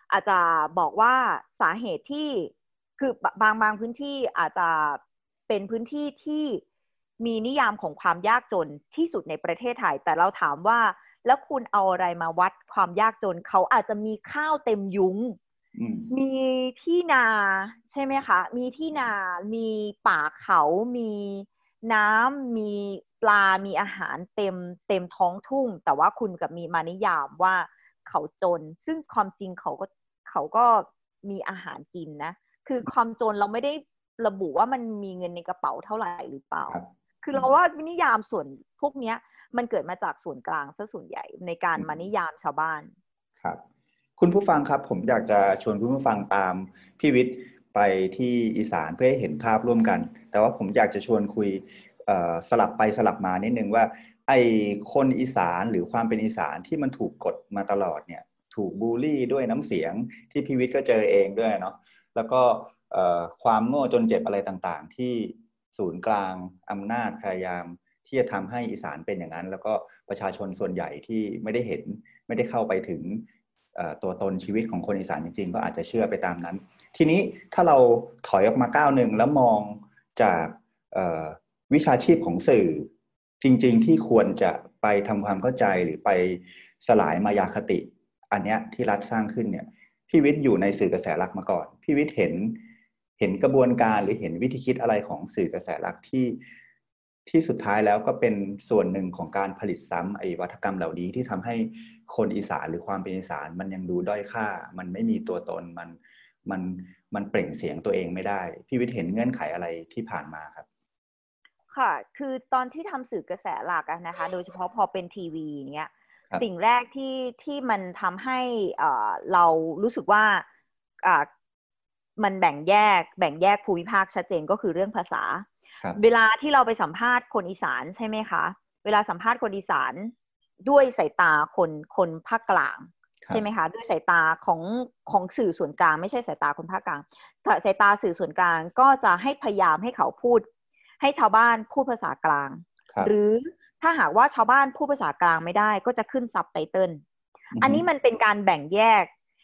อาจจะบอกว่าสาเหตุที่คือบางพื้นที่อาจจะเป็นพื้นที่ที่มีนิยามของความยากจนที่สุดในประเทศไทยแต่เราถามว่าแล้วคุณเอาอะไรมาวัดความยากจนเขาอาจจะมีข้าวเต็มยุ้งมีที่นาใช่ไหมคะมีที่นามีป่าเขามีน้ำมีปลามีอาหารเต็มท้องทุ่งแต่ว่าคุณกับมีมานิยามว่าเขาจนซึ่งความจริงเขาก็มีอาหารกินนะคือความจนเราไม่ได้ระบุว่ามันมีเงินในกระเป๋าเท่าไหร่หรือเปล่าคือเราว่านิยามส่วนพวกนี้มันเกิดมาจากส่วนกลางซะส่วนใหญ่ในการมานิยามชาวบ้านครับคุณผู้ฟังครับผมอยากจะชวนคุณผู้ฟังตามพี่วิทย์ไปที่อีสานเพื่อให้เห็นภาพร่วมกันแต่ว่าผมอยากจะชวนคุยสลับไปสลับมานิดนึงว่าไอ้คนอีสานหรือความเป็นอีสานที่มันถูกกดมาตลอดเนี่ยถูกบูลลี่ด้วยน้ำเสียงที่พี่วิทย์ก็เจอเองด้วยเนาะแล้วก็ความโง่จนเจ็บอะไรต่างๆที่ศูนย์กลางอำนาจพยายามที่จะทำให้อีสานเป็นอย่างนั้นแล้วก็ประชาชนส่วนใหญ่ที่ไม่ได้เห็นไม่ได้เข้าไปถึงตัวตนชีวิตของคนอีสานจริงๆก็อาจจะเชื่อไปตามนั้นทีนี้ถ้าเราถอยออกมาก้าวหนึ่งแล้วมองจากวิชาชีพของสื่อจริงๆที่ควรจะไปทำความเข้าใจหรือไปสลายมายาคติอันเนี้ยที่รัฐสร้างขึ้นเนี่ยพี่วิทย์อยู่ในสื่อกระแสหลักมาก่อนพี่วิทย์เห็นกระบวนการหรือเห็นวิธีคิดอะไรของสื่อกระแสหลักที่สุดท้ายแล้วก็เป็นส่วนหนึ่งของการผลิตซ้ำไอ้วัฒกรรมเหล่านี้ที่ทำให้คนอีสานหรือความเป็นอีสานมันยังดูด้อยค่ามันไม่มีตัวตนมันเปล่งเสียงตัวเองไม่ได้พี่วิทย์เห็นเงื่อนไขอะไรที่ผ่านมาครับค่ะคือตอนที่ทำสื่อกระแสหลักนะคะโดยเฉพาะพอเป็นทีวีเนี้ยสิ่งแรกที่มันทำให้เรารู้สึกว่ามันแบ่งแยกภูมิภาคชัดเจนก็คือเรื่องภาษาเวลาที่เราไปสัมภาษณ์คนอีสานใช่ไหมคะเวลาสัมภาษณ์คนอีสานด้วยสายตาคนภาคกลางใช่ไหมคะด้วยสายตาของสื่อส่วนกลางไม่ใช่สายตาคนภาคกลางสายตาสื่อส่วนกลางก็จะให้พยายามให้เขาพูดให้ชาวบ้านพูดภาษากลางหรือถ้าหากว่าชาวบ้านพูดภาษากลางไม่ได้ก็จะขึ้นซับไตเติลอันนี้มันเป็นการแบ่งแยก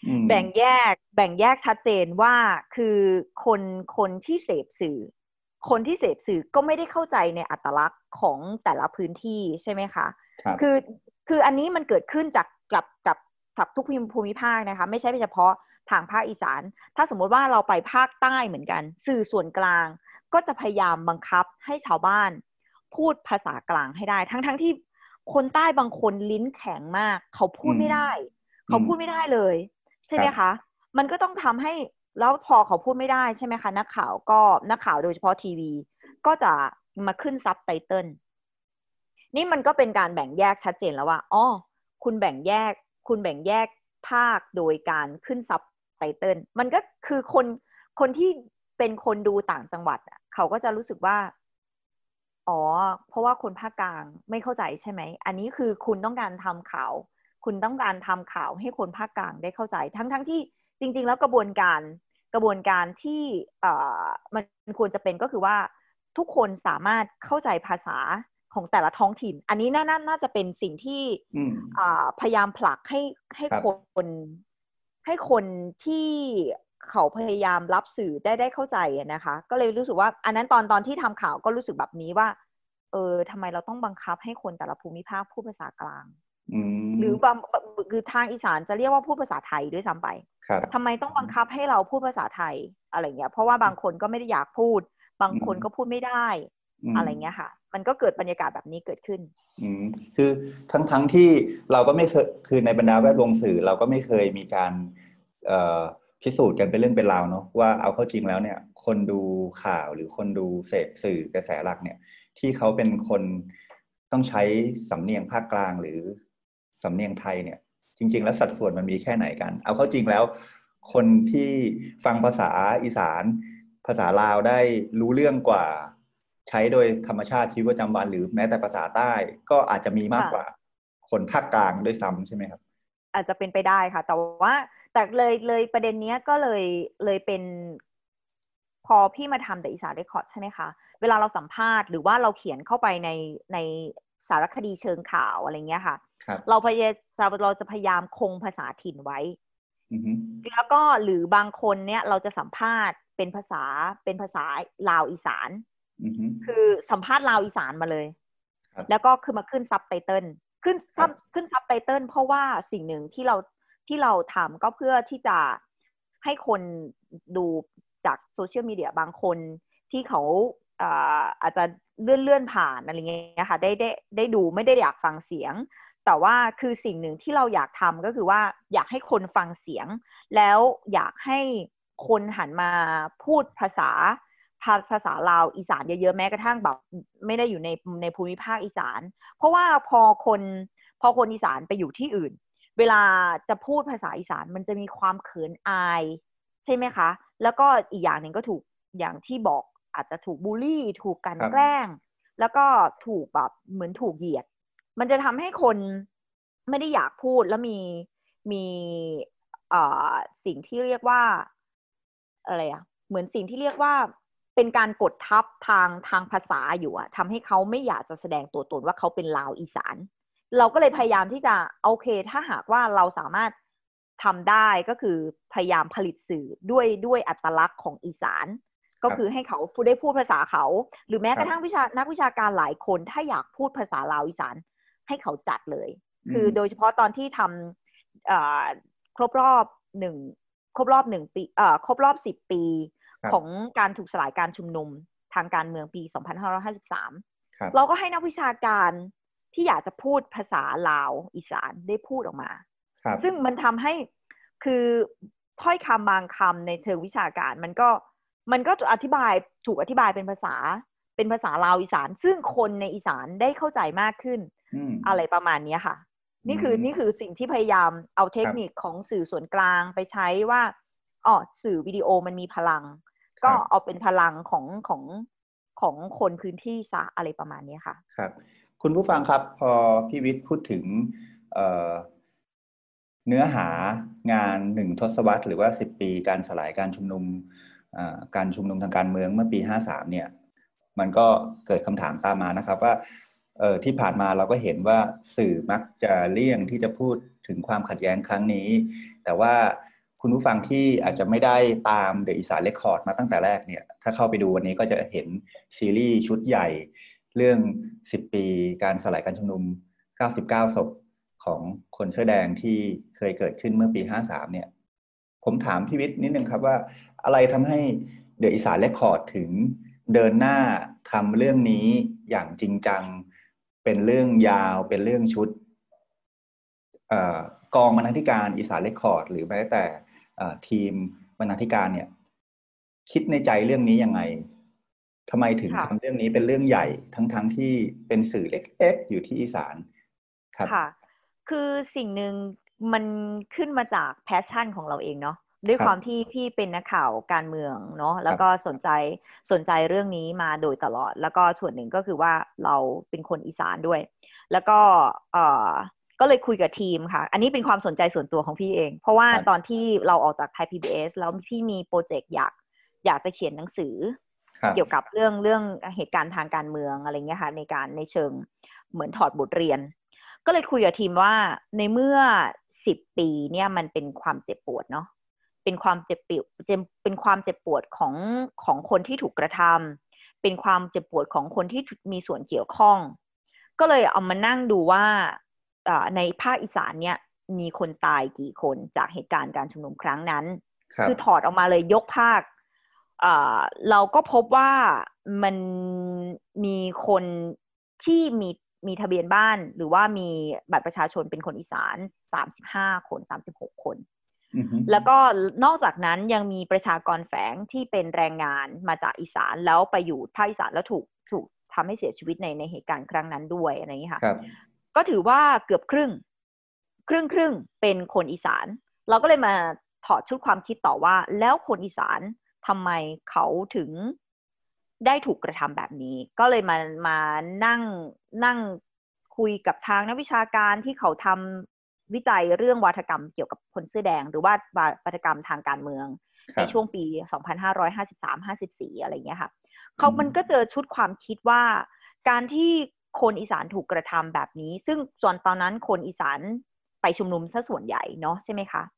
ชัดเจนว่าคือคนที่เสพสื่อคนที่เสพสื่อก็ไม่ได้เข้าใจในอัตลักษณ์ของแต่ละพื้นที่ใช่ไหมคะคืออันนี้มันเกิดขึ้นจากกับทุกภูมิภาคนะคะไม่ใช่เฉพาะทางภาคอีสานถ้าสมมติว่าเราไปภาคใต้เหมือนกันสื่อส่วนกลางก็จะพยายามบังคับให้ชาวบ้านพูดภาษากลางให้ได้ทั้งที่คนใต้บางคนลิ้นแข็งมากเขาพูดไม่ได้เลยใช่ไหมคะมันก็ต้องทำให้แล้วพอเขาพูดไม่ได้ใช่ไหมคะนักข่าวโดยเฉพาะทีวีก็จะมาขึ้นซับไตเติลนี่มันก็เป็นการแบ่งแยกชัดเจนแล้วว่าอ๋อคุณแบ่งแยกภาคโดยการขึ้นซับไตเติลมันก็คือคนที่เป็นคนดูต่างจังหวัดเขาก็จะรู้สึกว่าอ๋อเพราะว่าคนภาคกลางไม่เข้าใจใช่ไหมอันนี้คือคุณต้องการทำข่าวให้คนภาคกลางได้เข้าใจทั้งที่จริงๆแล้วกระบวนการที่มันควรจะเป็นก็คือว่าทุกคนสามารถเข้าใจภาษาของแต่ละท้องถิ่นอันนี้น่าจะเป็นสิ่งที่พยายามผลักให้คนที่เขาพยายามรับสื่อได้เข้าใจนะคะก็เลยรู้สึกว่าอันนั้นตอนที่ทำข่าวก็รู้สึกแบบนี้ว่าทำไมเราต้องบังคับให้คนแต่ละภูมิภาคพูดภาษากลางหรือบางคือทางอีสานจะเรียกว่าพูดภาษาไทยด้วยซ้ำไปทำไมต้องบังคับให้เราพูดภาษาไทยอะไรเงี้ยเพราะว่าบางคนก็ไม่ได้อยากพูดบางคนก็พูดไม่ได้อะไรเงี้ยค่ะมันก็เกิดบรรยากาศแบบนี้เกิดขึ้นคือทั้งที่เราก็ไม่เคยคือในบรรดาแวดวงสื่อเราก็ไม่เคยมีการพิสูจน์กันเป็นเรื่องเป็นราวเนาะว่าเอาเข้าจริงแล้วเนี่ยคนดูข่าวหรือคนดูเสพสื่อกระแสหลักเนี่ยที่เขาเป็นคนต้องใช้สำเนียงภาคกลางหรือสำเนียงไทยเนี่ยจริงๆแล้วสัดส่วนมันมีแค่ไหนกันเอาเข้าจริงแล้วคนที่ฟังภาษาอีสานภาษาลาวได้รู้เรื่องกว่าใช้โดยธรรมชาติชีวิตประจำวันหรือแม้แต่ภาษาใต้ก็อาจจะมีมากกว่าคนภาคกลางด้วยซ้ำใช่ไหมครับอาจจะเป็นไปได้ค่ะแต่เลยประเด็นนี้ก็เลยเป็นพอพี่มาทำแต่อีสานเรคคอร์ดใช่ไหมคะเวลาเราสัมภาษณ์หรือว่าเราเขียนเข้าไปในสารคดีเชิงข่าวอะไรเงี้ยค่ะเราจะพยายามคงภาษาถิ่นไว้อือฮึแล้วก็หรือบางคนเนี่ยเราจะสัมภาษณ์เป็นภาษาลาวอีสานอือฮึคือสัมภาษณ์ลาวอีสานมาเลยครับแล้วก็คือมาขึ้นซับไตเติลขึ้นครับขึ้นซับไตเติลเพราะว่าสิ่งหนึ่งที่เราทำก็เพื่อที่จะให้คนดูจากโซเชียลมีเดียบางคนที่เขาอาจจะเลื่อนผ่านอะไรเงี้ยค่ะได้ดูไม่ได้อยากฟังเสียงแต่ว่าคือสิ่งหนึ่งที่เราอยากทำก็คือว่าอยากให้คนฟังเสียงแล้วอยากให้คนหันมาพูดภาษาลาวอีสานเยอะๆแม้กระทั่งแบบไม่ได้อยู่ในภูมิภาคอีสานเพราะว่าพอคนอีสานไปอยู่ที่อื่นเวลาจะพูดภาษาอีสานมันจะมีความเขินอายใช่ไหมคะแล้วก็อีกอย่างหนึ่งก็ถูกอย่างที่บอกอาจจะถูกบูลลี่ถูกกลั่นครับแกล้งแล้วก็ถูกแบบเหมือนถูกเหยียดมันจะทำให้คนไม่ได้อยากพูดแล้วมีเอ่อสิ่งที่เรียกว่าอะไรอะเหมือนสิ่งที่เรียกว่าเป็นการกดทับทางภาษาอยู่อะทำให้เขาไม่อยากจะแสดงตัวตนว่าเขาเป็นลาวอีสานเราก็เลยพยายามที่จะโอเคถ้าหากว่าเราสามารถทำได้ก็คือพยายามผลิตสื่อด้วยอัตลักษณ์ของอีสานคก็รับคือให้เขาได้พูดภาษาเขาหรือแม้ครับกระทั่งนักวิชาการหลายคนถ้าอยากพูดภาษาลาวอีสานให้เขาจัดเลยอืมคือโดยเฉพาะตอนที่ทำครบรอบหนึ่งครบรอบ1 ปีครบรอบ10 ปีครับของการถูกสลายการชุมนุมทางการเมืองปี2553 ครับเราก็ให้นักวิชาการที่อยากจะพูดภาษาลาวอีสานได้พูดออกมาครับซึ่งมันทำให้คือถ้อยคำบางคำในเชิงวิชาการมันก็ถูกอธิบายเป็นภาษาลาวอีสานซึ่งคนในอีสานได้เข้าใจมากขึ้นอืมอะไรประมาณนี้ค่ะอืนี่คือมสิ่งที่พยายามเอาเทคนิคครับของสื่อส่วนกลางไปใช้ว่าอ๋อสื่อวิดีโอมันมีพลังก็ครับเอาเป็นพลังของคนพื้นที่ซะอะไรประมาณนี้ค่ะครับคุณผู้ฟังครับพอพี่วิทย์พูดถึงเอ่อเนื้อหางาน1 ทศวรรษหรือว่า10 ปีการสลายการชุมนุมการชุมนุมทางการเมืองเมื่อปี53เนี่ยมันก็เกิดคำถามตามมานะครับว่าที่ผ่านมาเราก็เห็นว่าสื่อมักจะเลี่ยงที่จะพูดถึงความขัดแย้งครั้งนี้แต่ว่าคุณผู้ฟังที่อาจจะไม่ได้ตาม The อีสานเรคคอร์ดมาตั้งแต่แรกเนี่ยถ้าเข้าไปดูวันนี้ก็จะเห็นซีรีส์ชุดใหญ่เรื่อง10 ปีการสลายการชุมนุม99 ศพของคนเสื้อแดงที่เคยเกิดขึ้นเมื่อปี53เนี่ยผมถามพี่วิทย์นิดนึงครับว่าอะไรทำให้ The อีสานเรคคอร์ดถึงเดินหน้าทำเรื่องนี้อย่างจริงจังเป็นเรื่องยาวเป็นเรื่องชุดกองบรรณาธิการอีสานเรคคอร์ดหรือแม้แต่ทีมบรรณาธิการเนี่ยคิดในใจเรื่องนี้ยังไงทำไมถึงค่ะทำเรื่องนี้เป็นเรื่องใหญ่ทั้งที่เป็นสื่อเล็กๆอยู่ที่อีสานครับค่ะ คือสิ่งหนึ่งมันขึ้นมาจากแพชชั่นของเราเองเนาะด้วยครับความที่พี่เป็นนักข่าวการเมืองเนาะคแล้วก็รับสนใจเรื่องนี้มาโดยตลอด แล้วก็ส่วนหนึ่งก็คือว่าเราเป็นคนอีสานด้วย แล้วก็เอ่อก็เลยคุยกับทีมค่ะ อันนี้เป็นความสนใจส่วนตัวของพี่เอง เพราะว่าตอนครับที่เราออกจากไทย PBS แล้วพี่มีโปรเจกต์อยากจะเขียนหนังสือครับเกี่ยวกับเรื่องเหตุการณ์ทางการเมืองอะไรเงี้ยค่ะในเชิงเหมือนถอดบทเรียน ก็เลยคุยกับทีมว่าในเมื่อ10 ปีเนี่ยมันเป็นความเจ็บปวดเนาะเป็นความเจ็บปวดเป็นความเจ็บปวดของคนที่ถูกกระทำเป็นความเจ็บปวดของคนที่มีส่วนเกี่ยวข้องก็เลยเอามานั่งดูว่าในภาคอีสานเนี่ยมีคนตายกี่คนจากเหตุการณ์การชุมนุมครั้งนั้นครับคือถอดออกมาเลยยกภาคเราก็พบว่ามันมีคนที่มีทะเบียนบ้านหรือว่ามีบัตรประชาชนเป็นคนอีสาน35 คน36 คนอือฮึแล้วก็นอกจากนั้นยังมีประชากรแฝงที่เป็นแรงงานมาจากอีสานแล้วไปอยู่ภาคอีสานแล้วถูกทำให้เสียชีวิตในเหตุการณ์ครั้งนั้นด้วยอะไรอย่างนี้ค่ะครับก็ถือว่าเกือบครึ่งเป็นคนอีสานเราก็เลยมาถอดชุดความคิดต่อว่าแล้วคนอีสานทำไมเขาถึงได้ถูกกระทำแบบนี้ก็เลยมานั่งคุยกับทางนักวิชาการที่เขาทำวิจัยเรื่องวาทกรรมเกี่ยวกับคนเสื้อแดงหรือว่าวาทกรรมทางการเมืองครับในช่วงปี2553-54อะไรเงี้ยค่ะอืมมันก็เจอชุดความคิดว่าการที่คนอีสานถูกกระทำแบบนี้ซึ่งตอนนั้นคนอีสานไปชุมนุมซะส่วนใหญ่เนาะใช่ไหมคะ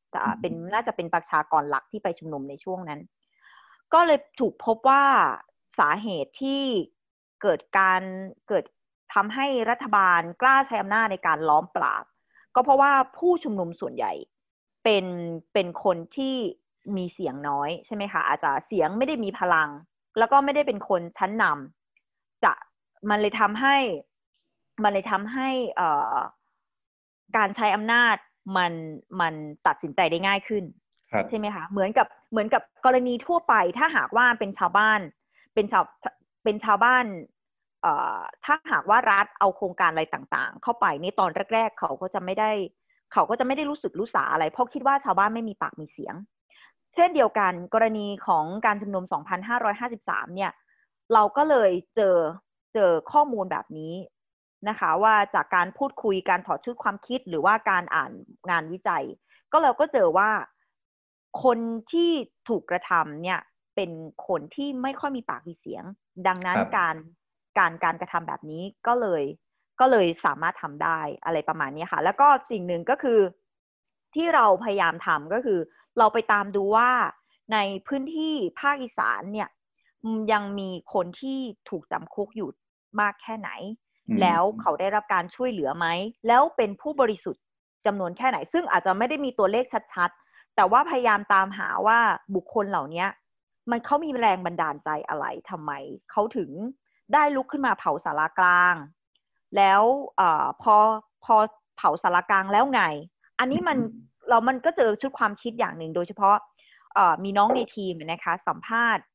น่าจะเป็นประชากรหลักที่ไปชุมนุมในช่วงนั้นก็เลยถูกพบว่าสาเหตุที่เกิดทำให้รัฐบาลกล้าใช้อำนาจในการล้อมปราบก็เพราะว่าผู้ชุมนุมส่วนใหญ่เป็นคนที่มีเสียงน้อยใช่ไหมคะอาจจะเสียงไม่ได้มีพลังแล้วก็ไม่ได้เป็นคนชั้นนำมันเลยทำให้การใช้อำนาจมันตัดสินใจได้ง่ายขึ้นใช่ไหมคะเหมือนกับกรณีทั่วไปถ้าหากว่าเป็นชาวบ้านเป็นชาวบ้านถ้าหากว่ารัฐเอาโครงการอะไรต่างๆเข้าไปในตอนแรกๆเขาก็จะไม่ได้รู้สึกรู้สาอะไรเพราะคิดว่าชาวบ้านไม่มีปากมีเสียงเช่นเดียวกันกรณีของการชุมนุม 2553 เนี่ยเราก็เลยเจอข้อมูลแบบนี้นะคะว่าจากการพูดคุยการถอดชุดความคิดหรือว่าการอ่านงานวิจัยเราก็เจอว่าคนที่ถูกกระทำเนี่ยเป็นคนที่ไม่ค่อยมีปากมีเสียงดังนั้นการกระทำแบบนี้ก็เลยสามารถทำได้อะไรประมาณนี้ค่ะแล้วก็สิ่งหนึ่งก็คือที่เราพยายามทำก็คือเราไปตามดูว่าในพื้นที่ภาคอีสานเนี่ยยังมีคนที่ถูกจำคุกอยู่มากแค่ไหนแล้วเขาได้รับการช่วยเหลือไหมแล้วเป็นผู้บริสุทธิ์จำนวนแค่ไหนซึ่งอาจจะไม่ได้มีตัวเลขชัดๆแต่ว่าพยายามตามหาว่าบุคคลเหล่านี้เขามีแรงบันดาลใจอะไรทำไมเขาถึงได้ลุกขึ้นมาเผาศาลากลางแล้วพอเผาศาลากลางแล้วไงอันนี้มันก็เจอชุดความคิดอย่างหนึ่งโดยเฉพาะมีน้องในทีมนะคะสัมภาษณ์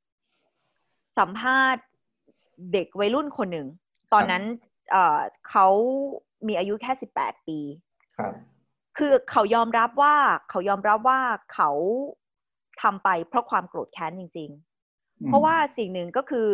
เด็กวัยรุ่นคนหนึ่งตอนนั้นเขามีอายุแค่18 ปีคือเขายอมรับว่าเขาทำไปเพราะความโกรธแค้นจริงๆเพราะว่าสิ่งหนึ่งก็คือ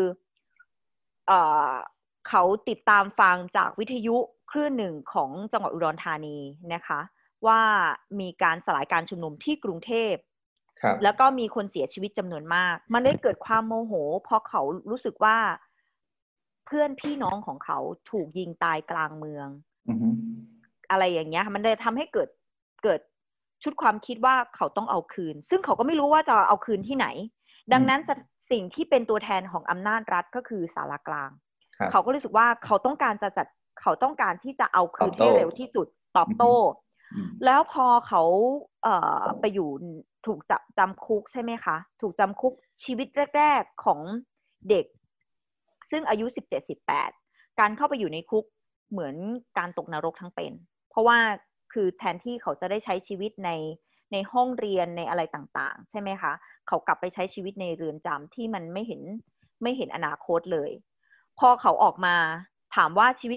เขาติดตามฟังจากวิทยุคลื่นหนึ่งของจังหวัดอุดรธานีนะคะว่ามีการสลายการชุมนุมที่กรุงเทพแล้วก็มีคนเสียชีวิตจำนวนมากมันได้เกิดความโมโหเพราะเขารู้สึกว่าเพื่อนพี่น้องของเขาถูกยิงตายกลางเมืองอะไรอย่างเงี้ยมันเลยทำให้เกิดชุดความคิดว่าเขาต้องเอาคืนซึ่งเขาก็ไม่รู้ว่าจะเอาคืนที่ไหนดังนั้นสิ่งที่เป็นตัวแทนของอำนาจรัฐก็คือศาลากลางเขาก็รู้สึกว่าเขาต้องการที่จะเอาคืนให้เร็วที่สุดตอบโต้แล้วพอเขาไปอยู่ถูกจำคุกใช่ไหมคะถูกจำคุกชีวิตแรกๆของเด็กซึ่งอายุ17-18การเข้าไปอยู่ในคุกเหมือนการตกนรกทั้งเป็นเพราะว่าคือแทนที่เขาจะได้ใช้ชีวิตในห้องเรียนในอะไรต่างๆใช่ไหมคะเขากลับไปใช้ชีวิตในเรือนจำที่มันไม่เห็นอนาคตเลยพอเขาออกมาถามว่าชีวิต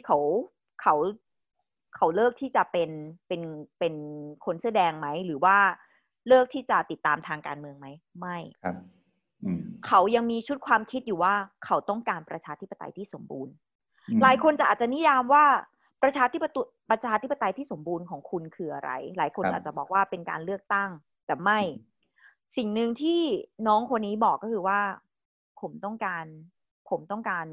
เขาเลิกที่จะเป็นคนเสื้อแดงไหมหรือว่าเลิกที่จะติดตามทางการเมืองไหมไม่ครับเขายังมีชุดความคิดอยู่ว่าเขาต้องการประชาธิปไตยที่สมบูรณ์หลายคนจะอาจจะนิยามว่าประชาธิปไตยที่สมบูรณ์ของคุณคืออะไรหลายคนอาจจะบอกว่าเป็นการเลือกตั้งแต่ไม่สิ่งหนึ่งที่น้องคนนี้บอกก็คือว่าผมต้องการ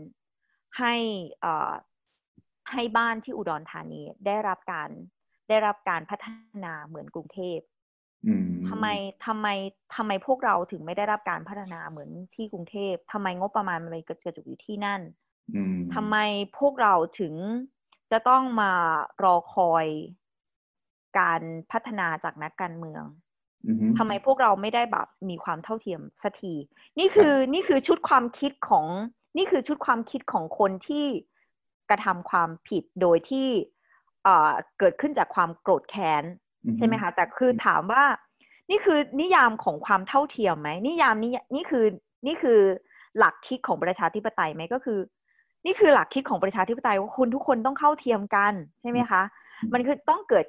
ให้บ้านที่อุดรธานีได้รับการพัฒนาเหมือนกรุงเทพทำไมพวกเราถึงไม่ได้รับการพัฒนาเหมือนที่กรุงเทพทำไมงบประมาณมันกระจุกอยู่ที่นั่นทำไมพวกเราถึงจะต้องมารอคอยการพัฒนาจากนักการเมืองทำไมพวกเราไม่ได้แบบมีความเท่าเทียมสักทีนี่คือชุดความคิดของคนที่กระทำความผิดโดยที่เกิดขึ้นจากความโกรธแค้นใช่ไหมคะแต่คือถามว่านี่คือนิยามของความเท่าเทียมไหมนี่คือหลักคิดของประชาธิปไตยไหมก็คือนี่คือหลักคิดของประชาธิปไตยว่าคุณทุกคนต้องเข้าเทียมกันใช่ไหมคะมันคือต้องเกิด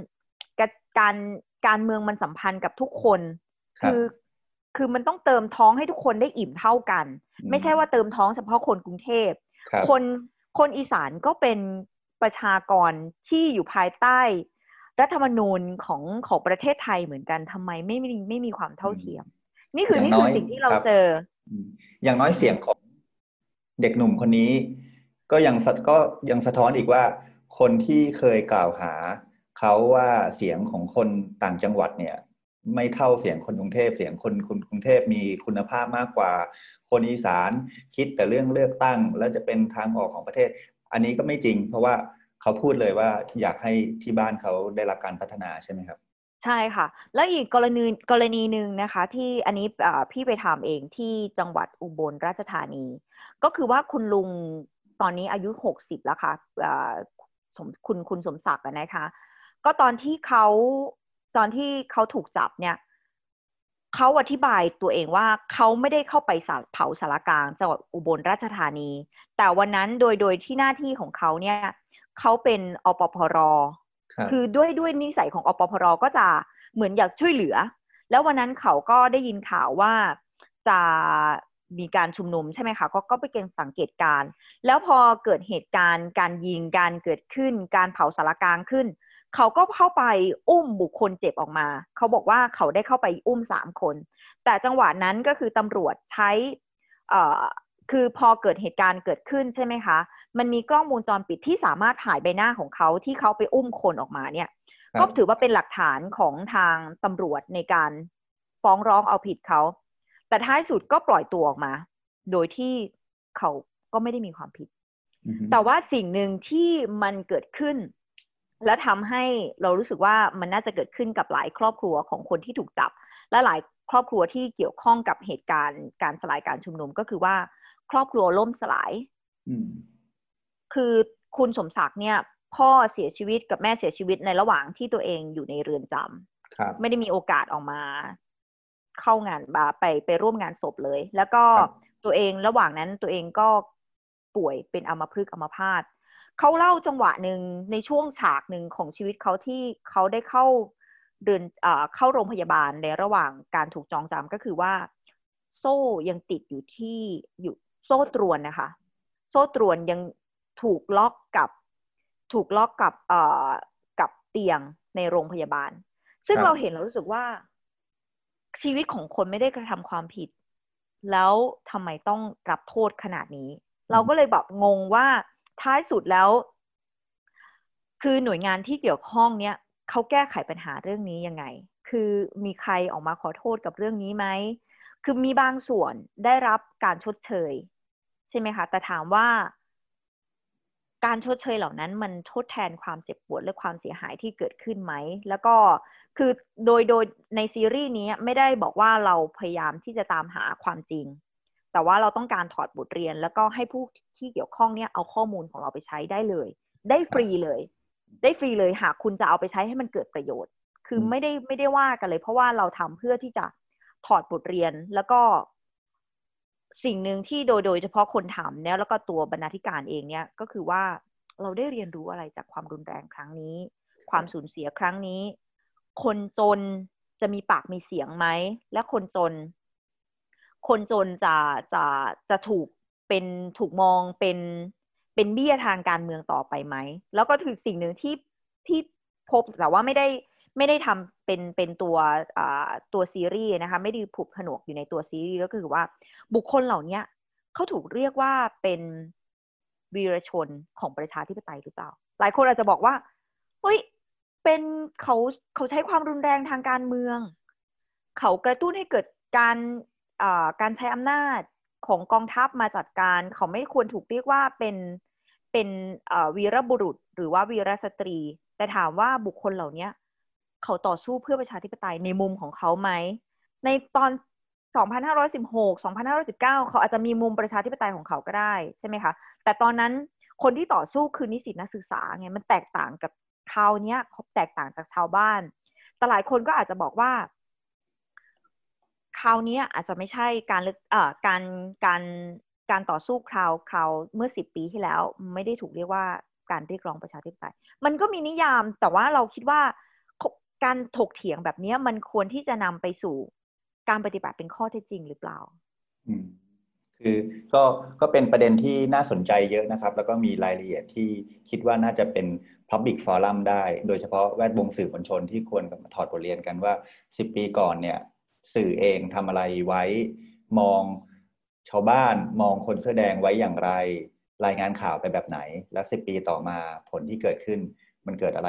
การเมืองมันสัมพันธ์กับทุกคนคือมันต้องเติมท้องให้ทุกคนได้อิ่มเท่ากันไม่ใช่ว่าเติมท้องเฉพาะคนกรุงเทพคนอีสานก็เป็นประชากรที่อยู่ภายใต้รัฐธรรมนูญของประเทศไทยเหมือนกันทำไมไม่มีความเท่าเทียมนี่คือสิ่งที่เราเจออย่างน้อยเสียงของเด็กหนุ่มคนนี้ก็ยังสะท้อนอีกว่าคนที่เคยกล่าวหาเขาว่าเสียงของคนต่างจังหวัดเนี่ยไม่เท่าเสียงคนกรุงเทพเสียงคนกรุงเทพมีคุณภาพมากกว่าคนอีสานคิดแต่เรื่องเลือกตั้งแล้วจะเป็นทางออกของประเทศอันนี้ก็ไม่จริงเพราะว่าเขาพูดเลยว่าอยากให้ที่บ้านเขาได้รับการพัฒนาใช่ไหมครับใช่ค่ะแล้วอีกกรณีหนึ่งนะคะที่อันนี้พี่ไปทำเองที่จังหวัดอุบลราชธานีก็คือว่าคุณลุงตอนนี้อายุ60แล้วค่ะอ่าคุณสมศักดิ์อะนะคะก็ตอนที่เขาถูกจับเนี่ยเขาอธิบายตัวเองว่าเขาไม่ได้เข้าไปเผาสารกลางจังหวัดอุบลราชธานีแต่วันนั้นโดยที่หน้าที่ของเขาเนี่ยเขาเป็นอปพรครับคือด้วยนิสัยของอปพรก็จะเหมือนอยากช่วยเหลือแล้ววันนั้นเขาก็ได้ยินข่าวว่าจะมีการชุมนุมใช่ไหมคะก็ไปเก็งสังเกตการณ์แล้วพอเกิดเหตุการณ์การยิงการเกิดขึ้นการเผาสารกลางขึ้นเขาก็เข้าไปอุ้มบุคคลเจ็บออกมาเขาบอกว่าเขาได้เข้าไปอุ้ม3 คนแต่จังหวะนั้นก็คือตำรวจใช้เอ่อคือพอเกิดเหตุการณ์เกิดขึ้นใช่ไหมคะ มันมีกล้องวงจรปิดที่สามารถถ่ายใบหน้าของเขาที่เขาไปอุ้มคนออกมาเนี่ยก็ถือว่าเป็นหลักฐานของทางตำรวจในการฟ้องร้องเอาผิดเขาแต่ท้ายสุดก็ปล่อยตัวออกมาโดยที่เขาก็ไม่ได้มีความผิดแต่ว่าสิ่งหนึ่งที่มันเกิดขึ้นและทำให้เรารู้สึกว่ามันน่าจะเกิดขึ้นกับหลายครอบครัวของคนที่ถูกจับและหลายครอบครัวที่เกี่ยวข้องกับเหตุการณ์การสลายการชุมนุมก็คือว่าครอบครัวล่มสลาย คือคุณสมศักดิ์เนี่ยพ่อเสียชีวิตกับแม่เสียชีวิตในระหว่างที่ตัวเองอยู่ในเรือนจำไม่ได้มีโอกาสออกมาเข้างานไปร่วมงานศพเลยแล้วก็ตัวเองระหว่างนั้นตัวเองก็ป่วยเป็นอัมพฤกษ์อัมพาตเขาเล่าจังหวะหนึ่งในช่วงฉากหนึ่งของชีวิตเขาที่เขาได้เข้าโรงพยาบาลในระหว่างการถูกจองจำก็คือว่าโซ่ยังติดอยู่โซ่ตรวนนะคะโซ่ตรวนยังถูกล็อกกับกับเตียงในโรงพยาบาลซึ่งเราเห็นเรารู้สึกว่าชีวิตของคนไม่ได้กระทำความผิดแล้วทำไมต้องรับโทษขนาดนี้เราก็เลยแบบงงว่าท้ายสุดแล้วคือหน่วยงานที่เกี่ยวข้องเนี้ยเขาแก้ไขปัญหาเรื่องนี้ยังไงคือมีใครออกมาขอโทษกับเรื่องนี้ไหมคือมีบางส่วนได้รับการชดเชยใช่ไหมคะแต่ถามว่าการชดเชยเหล่านั้นมันทดแทนความเจ็บปวดและความเสียหายที่เกิดขึ้นไหมแล้วก็คือโดยในซีรีส์นี้ไม่ได้บอกว่าเราพยายามที่จะตามหาความจริงแต่ว่าเราต้องการถอดบทเรียนแล้วก็ให้ผู้ที่เกี่ยวข้องเนี่ยเอาข้อมูลของเราไปใช้ได้เลยได้ฟรีเลยหากคุณจะเอาไปใช้ให้มันเกิดประโยชน์คือไม่ได้ว่ากันเลยเพราะว่าเราทำเพื่อที่จะถอดบทเรียนแล้วก็สิ่งหนึ่งที่โดยเฉพาะคนทำเนี่ยแล้วก็ตัวบรรณาธิการเองเนี่ยก็คือว่าเราได้เรียนรู้อะไรจากความรุนแรงครั้งนี้ความสูญเสียครั้งนี้คนจนจะมีปากมีเสียงไหมและคนจนจะถูกมองเป็นเบี้ยทางการเมืองต่อไปไหมแล้วก็คือสิ่งหนึ่งที่พบแต่ว่าไม่ได้ทำเป็นตัวซีรีส์นะคะไม่ได้ผูกผนวกอยู่ในตัวซีรีส์ก็คือว่าบุคคลเหล่านี้เขาถูกเรียกว่าเป็นวีรชนของประชาธิปไตยหรือเปล่าหลายคนอาจจะบอกว่าเฮ้ยเป็นเขาใช้ความรุนแรงทางการเมืองเขากระตุ้นให้เกิดการใช้อำนาจของกองทัพมาจัดการเขาไม่ควรถูกเรียกว่าเป็นวีรบุรุษหรือว่าวีรสตรีแต่ถามว่าบุคคลเหล่านี้เขาต่อสู้เพื่อประชาธิปไตยในมุมของเขาไหมในตอน2516 2519เขาอาจจะมีมุมประชาธิปไตยของเขาก็ได้ใช่ไหมคะแต่ตอนนั้นคนที่ต่อสู้คือนิสิตนักศึกษาไงมันแตกต่างกับคราวนี้แตกต่างจากชาวบ้านแต่หลายคนก็อาจจะบอกว่าคราวนี้อาจจะไม่ใช่การการต่อสู้คราวเมื่อ10 ปีที่แล้วไม่ได้ถูกเรียกว่าการเรียกร้องประชาธิปไตยมันก็มีนิยามแต่ว่าเราคิดว่าการถกเถียงแบบนี้มันควรที่จะนำไปสู่การปฏิบัติเป็นข้อเท็จจริงหรือเปล่าคือก็เป็นประเด็นที่น่าสนใจเยอะนะครับแล้วก็มีรายละเอียดที่คิดว่าน่าจะเป็น Public Forum ได้โดยเฉพาะแวดวงสื่อมวลชนที่ควรถอดบทเรียนกันว่า10 ปีก่อนเนี่ยสื่อเองทำอะไรไว้มองชาวบ้านมองคนเสื้อแดงไว้อย่างไรรายงานข่าวไปแบบไหนและ10 ปีต่อมาผลที่เกิดขึ้นมันเกิดอะไร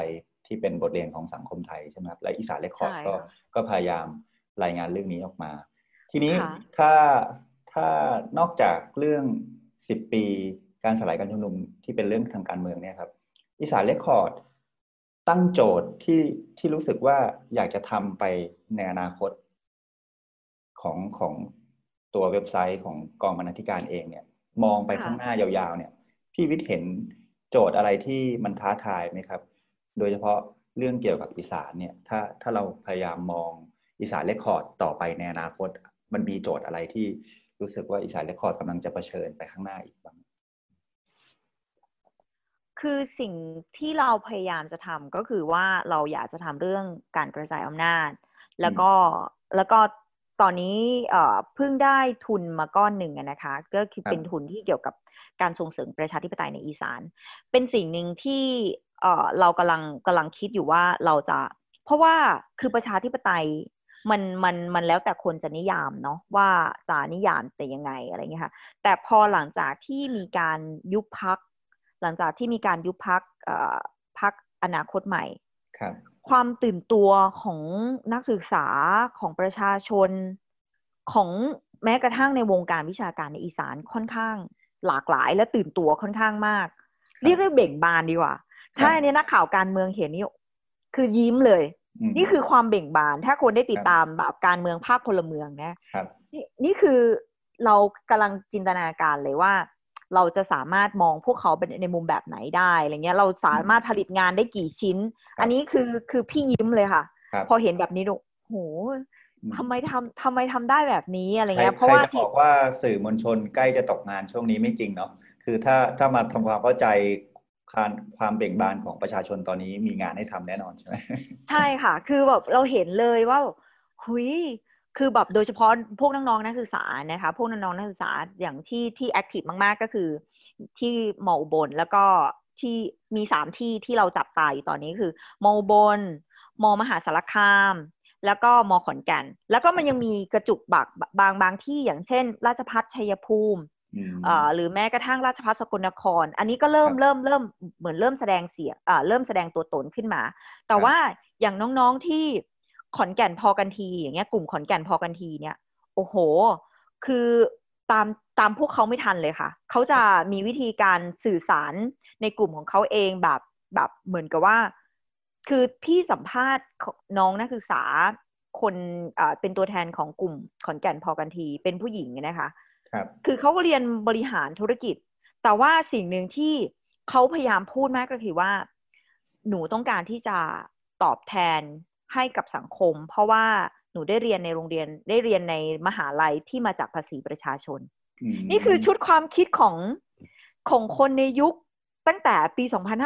ที่เป็นบทเรียนของสังคมไทยใช่ไหมครับและอีสานเรคคอร์ดใช่ก็ค่ะก็พยายามรายงานเรื่องนี้ออกมาทีนี้ค่ะถ้าถ้านอกจากเรื่อง10 ปีการสลายการชุมนุมที่เป็นเรื่องทางการเมืองเนี่ยครับอีสานเรคคอร์ดตั้งโจทย์ที่รู้สึกว่าอยากจะทำไปในอนาคตของตัวเว็บไซต์ของกองบรรณาธิการเองเนี่ยมองไปข้างหน้าค่ะยาวๆเนี่ยพี่วิทย์เห็นโจทย์อะไรที่มันท้าทายไหมครับโดยเฉพาะเรื่องเกี่ยวกับอีสานเนี่ยถ้าเราพยายามมองอีสานเรคคอร์ดต่อไปในอนาคตมันมีโจทย์อะไรที่รู้สึกว่าอีสานเรคคอร์ดกำลังจะเผชิญไปข้างหน้าอีกบ้างคือสิ่งที่เราพยายามจะทำก็คือว่าเราอยากจะทำเรื่องการกระจายอำนาจอืมแล้วก็แล้วก็ตอนนี้เพิ่งได้ทุนมาก้อนหนึ่งนะคะก็คือเป็นทุครับนที่เกี่ยวกับการส่งเสริมประชาธิปไตยในอีสานเป็นสิ่งหนึ่งที่เรากำลังคิดอยู่ว่าเราจะเพราะว่าคือประชาธิปไตยมันแล้วแต่คนจะนิยามเนาะว่าจะนิยามแต่ยังไงอะไรเงี้ยค่ะแต่พอหลังจากที่มีการยุบพรรค หลังจากที่มีการยุบพรรคพรรคอนาคตใหม่ครับความตื่นตัวของนักศึกษาของประชาชนของแม้กระทั่งในวงการวิชาการในอีสานค่อนข้างหลากหลายและตื่นตัวค่อนข้างมากครับเรียกได้เบ่งบานดีกว่าครับถ้าอันนี้นักข่าวการเมืองเห็นนี่คือยิ้มเลยอืมนี่คือความเบ่งบานถ้าคนได้คติดรับตามแบบการเมืองภาคพลเมืองนะครับนี่คือเรากำลังจินตนาการเลยว่า เราจะสามารถมองพวกเขาเป็นในมุมแบบไหนได้อะไรเงี้ยเราอืสามารถมผลิตงานได้กี่ชิ้นครับอันนี้คือพี่ยิ้มเลยค่ะครับพอเห็นแบบนี้ดูโหอืมทำไมทำได้แบบนี้อะไรใครเงี้ยเพใครราะว่าที่จะบอกว่าสื่อมวลชนใกล้จะตกงานช่วงนี้ไม่จริงเนาะคือถ้ามาทำความเข้าใจความเบ่งบานของประชาชนตอนนี้มีงานให้ทำแน่นอนใช่ไหมใช่ค่ะคือแบบเราเห็นเลยว่าหุยคือแบบโดยเฉพาะพวกน้องๆนักศึกษานะคะพวกน้องๆนักศึกษาอย่างที่แอคทีฟมากๆก็คือที่มออุบลแล้วก็ที่มี3 ที่ที่เราจับตาอยู่ตอนนี้คือมออุบลมหาสารคามแล้วก็มขอนแก่นแล้วก็มันยังมีกระจุกบางที่อย่างเช่นราชภัฏชัยภูมิอืหรือมแม้กระทั่งราชภัฏสกลนครอันนี้ก็เริ่ครับมเริ่มเริ่มเหมือนเริ่มแสดงเสียงเริ่มแสดงตัวตนขึ้นมา แต่ว่าครับอย่างน้องๆที่ขอนแก่นพอกันทีอย่างเงี้ยกลุ่มขอนแก่นพอกันทีเนี่ยโอ้โหคือตามตามพวกเขาไม่ทันเลยค่ะเขาจะมีวิธีการสื่อสารในกลุ่มของเขาเองแบบเหมือนกับว่าคือพี่สัมภาษณ์น้องนักศึกษาคนเป็นตัวแทนของกลุ่มขอนแก่นพอกันทีเป็นผู้หญิงนะคะครับคือเขาก็เรียนบริหารธุรกิจ แต่ว่าสิ่งหนึ่งที่เขาพยายามพูดมากก็คือว่าหนูต้องการที่จะตอบแทนให้กับสังคมเพราะว่าหนูได้เรียนในโรงเรียนได้เรียนในมหาลัยที่มาจากภาษีประชาชนอืนี่คือชุดมความคิดของคนในยุคตั้งแต่ปี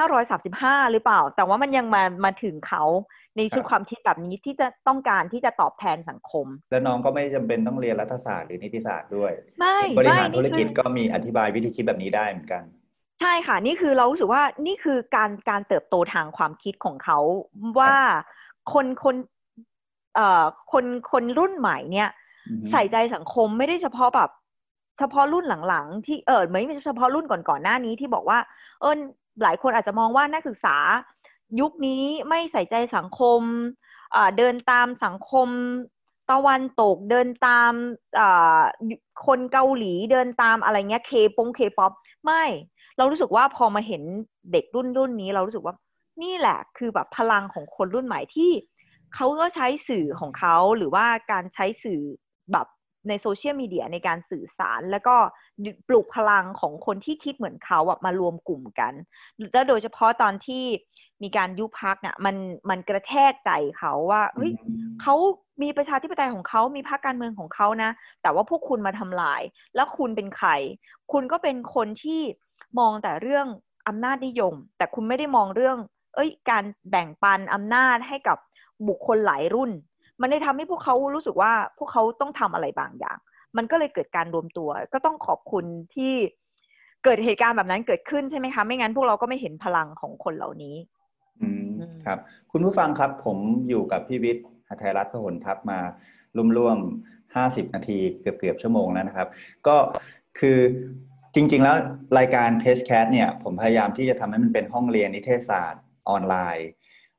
2535หรือเปล่าแต่ว่ามันยังมาถึงเขาในชุดความครับคิดแบบนี้ที่จะต้องการที่จะตอบแทนสังคมแล้วน้องก็ไม่จำเป็นต้องเรียนรัฐศาสตร์หรือนิติศาสตร์ด้วยไม่เรียนบริไม่หารธุรนี่คือกิจก็มีอธิบายวิธีคิดแบบนี้ได้เหมือนกันใช่ค่ะนี่คือเรารู้สึกว่านี่คือการเติบโตทางความคิดของเขาครัว่าบคนคนเอ่อคนรุ่นใหม่เนี่ยอืมใส่ใจสังคมไม่ได้เฉพาะแบบเฉพาะรุ่นหลังๆที่ไม่เฉพาะรุ่นก่อนๆหน้านี้ที่บอกว่าหลายคนอาจจะมองว่านักศึกษายุคนี้ไม่ใส่ใจสังคมเดินตามสังคมตะวันตกเดินตามอ่าคนเกาหลีเดินตามอะไรเงี้ยเคป๊อปไม่ เรารู้สึกว่าพอมาเห็นเด็กรุ่นนี้เรารู้สึกว่านี่แหละคือแบบพลังของคนรุ่นใหม่ที่เขาก็ใช้สื่อของเขาหรือว่าการใช้สื่อแบบในโซเชียลมีเดียในการสื่อสารแล้วก็ปลุกพลังของคนที่คิดเหมือนเขาอะมารวมกลุ่มกันแล้วโดยเฉพาะตอนที่มีการยุบพรรคเนี่ยมันกระแทกใจเขาว่าอืเฮ้ยมเขามีประชาธิปไตยของเขามีพรรคการเมืองของเขานะแต่ว่าพวกคุณมาทำลายแล้วคุณเป็นใครคุณก็เป็นคนที่มองแต่เรื่องอำนาจนิยมแต่คุณไม่ได้มองเรื่องการแบ่งปันอำนาจให้กับบุคคลหลายรุ่นมันได้ทำให้พวกเขารู้สึกว่าพวกเขาต้องทำอะไรบางอย่างมันก็เลยเกิดการรวมตัวก็ต้องขอบคุณที่เกิดเหตุการณ์แบบนั้นเกิดขึ้นใช่ไหมคะไม่งั้นพวกเราก็ไม่เห็นพลังของคนเหล่านี้อืมอืมครับคุณผู้ฟังครับผมอยู่กับพี่วิทย์หทัยรัตน์พหลทัพมาร่วม50 นาทีเกือบชั่วโมงแล้วนะครับก็คือจริงๆแล้วรายการ Testcast เนี่ยผมพยายามที่จะทำให้มันเป็นห้องเรียนนิเทศศาสตร์ออนไลน์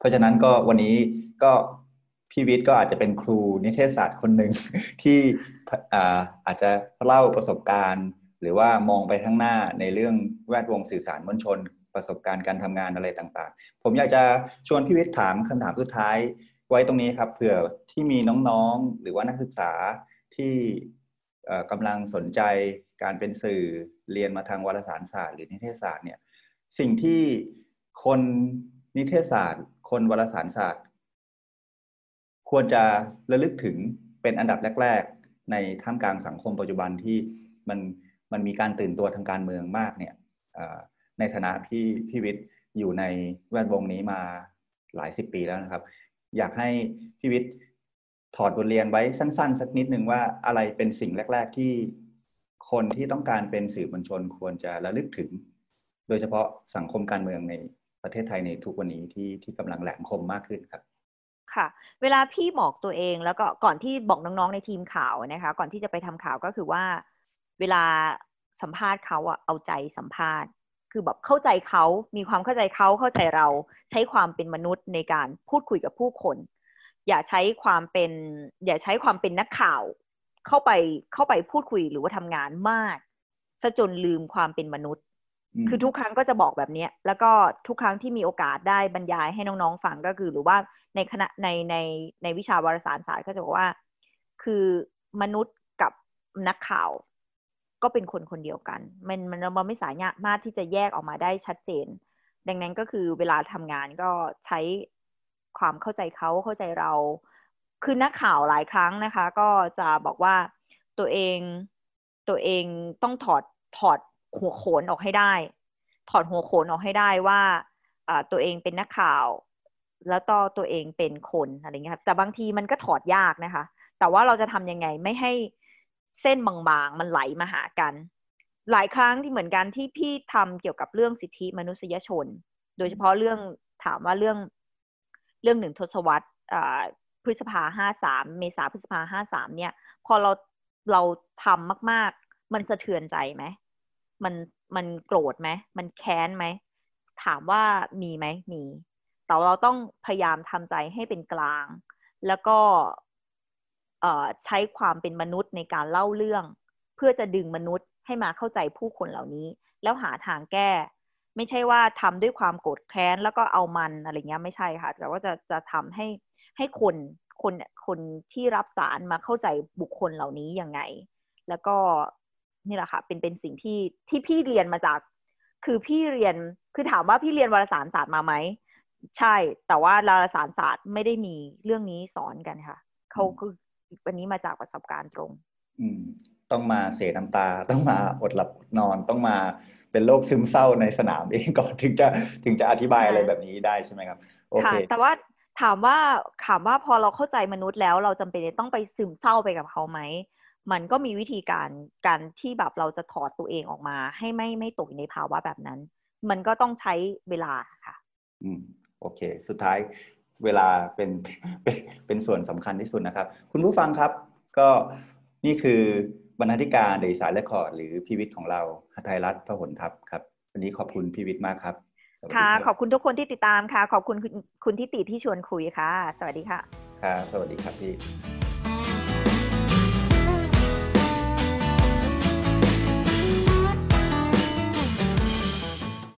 เพราะฉะนั้นก็วันนี้ก็พี่วิทย์ก็อาจจะเป็นครูนิเทศศาสตร์คนหนึ่ง ที่อาจจะเล่าประสบการณ์หรือว่ามองไปข้างหน้าในเรื่องแวดวงสื่อสารมวลชนประสบการณ์การทำงานอะไรต่างๆผมอยากจะชวนพี่วิทย์ถามคำถามสุดท้ายไว้ตรงนี้ครับเผื่อที่มีน้องๆหรือว่านักศึกษาที่กำลังสนใจการเป็นสื่อเรียนมาทางวารสารศาสตร์หรือนิเทศศาสตร์เนี่ยสิ่งที่คนนิเทศศาสตร์คนวารสารศาสตร์ควรจะระลึกถึงเป็นอันดับแรกๆในท่ามกลางสังคมปัจจุบันที่มันมีการตื่นตัวทางการเมืองมากเนี่ยในฐานะพี่วิทย์อยู่ในแวดวงนี้มาหลายสิบปีแล้วนะครับอยากให้พี่วิทย์ถอดบทเรียนไว้สั้นๆสักนิดนึงว่าอะไรเป็นสิ่งแรกๆที่คนที่ต้องการเป็นสื่อมวลชนควรจะระลึกถึงโดยเฉพาะสังคมการเมืองในประเทศไทยในทุกวันนี้ที่กำลังแหลมคมมากขึ้นครับค่ะเวลาพี่บอกตัวเองแล้วก็ก่อนที่บอกน้องๆในทีมข่าวนะคะก่อนที่จะไปทำข่าวก็คือว่าเวลาสัมภาษณ์เขาอะเอาใจสัมภาษณ์คือแบบเข้าใจเขามีความเข้าใจเขาเข้าใจเราใช้ความเป็นมนุษย์ในการพูดคุยกับผู้คนอย่าใช้ความเป็นนักข่าวเข้าไปพูดคุยหรือว่าทำงานมากซะจนลืมความเป็นมนุษย์คือทุกครั้งก็จะบอกแบบนี้แล้วก็ทุกครั้งที่มีโอกาสได้บรรยายให้น้องๆฟังก็คือหรือว่าในคณะในวิชาวารสารศาสตร์ก็จะบอกว่าคือมนุษย์กับนักข่าวก็เป็นคนคนเดียวกันมันไม่สามารถที่จะแยกออกมาได้ชัดเจนดังนั้นก็คือเวลาทำงานก็ใช้ความเข้าใจเขาเข้าใจเราคือนักข่าวหลายครั้งนะคะก็จะบอกว่าตัวเองต้องถอดหัวโขนออกให้ได้ถอดหัวโขนออกให้ได้ว่าตัวเองเป็นนักข่าวแล้วก็ตัวเองเป็นคนอะไรเงี้ยครับแต่บางทีมันก็ถอดยากนะคะแต่ว่าเราจะทำยังไงไม่ให้เส้นบางๆมันไหลมาหากันหลายครั้งที่เหมือนกันที่พี่ทำเกี่ยวกับเรื่องสิทธิมนุษยชนโดยเฉพาะเรื่องถามว่าเรื่องหนึ่งทศวรรษพฤษภา53เมษาพฤษภา53เนี่ยพอเราทำมากๆมันสะเทือนใจไหมมันโกรธไหมมันแค้นไหมถามว่ามีไหมมีแต่เราต้องพยายามทำใจให้เป็นกลางแล้วก็ใช้ความเป็นมนุษย์ในการเล่าเรื่องเพื่อจะดึงมนุษย์ให้มาเข้าใจผู้คนเหล่านี้แล้วหาทางแก้ไม่ใช่ว่าทำด้วยความโกรธแค้นแล้วก็เอามันอะไรเงี้ยไม่ใช่ค่ะแต่ว่าจะทำให้คนที่รับสารมาเข้าใจบุคคลเหล่านี้ยังไงแล้วก็นี่แหละค่ะเป็นสิ่งที่พี่เรียนมาจากคือพี่เรียนคือถามว่าพี่เรียนวารสารศาสตร์มาไหมใช่แต่ว่าวารสารศาสตร์ไม่ได้มีเรื่องนี้สอนกันค่ะเขาคือวันนี้มาจากประสบการณ์ตรงต้องมาเสียน้ำตาต้องมาอดหลับอดนอนต้องมาเป็นโรคซึมเศร้าในสนามเองก่อนถึงจะอธิบายอะไรแบบนี้ได้ใช่ไหมครับโอเคแต่ว่าถามว่าพอเราเข้าใจมนุษย์แล้วเราจำเป็นต้องไปซึมเศร้าไปกับเขาไหมมันก็มีวิธีการที่แบบเราจะถอดตัวเองออกมาให้ไม่ตกในภาวะแบบนั้นมันก็ต้องใช้เวลาค่ะโอเคสุดท้ายเวลาเป็นส่วนสำคัญที่สุดนะครับคุณผู้ฟังครับก็นี่คือบรรณาธิการเดอะสายเรคคอร์ดหรือพี่วิทย์ของเราหทัยรัตน์พหลทัพครับวันนี้ขอบคุณพี่วิทย์มากครับค่ะขอบคุณทุกคนที่ติดตามค่ะขอบคุณคุณทิติที่ชวนคุยค่ะสวัสดีค่ะครับสวัสดีครับพี่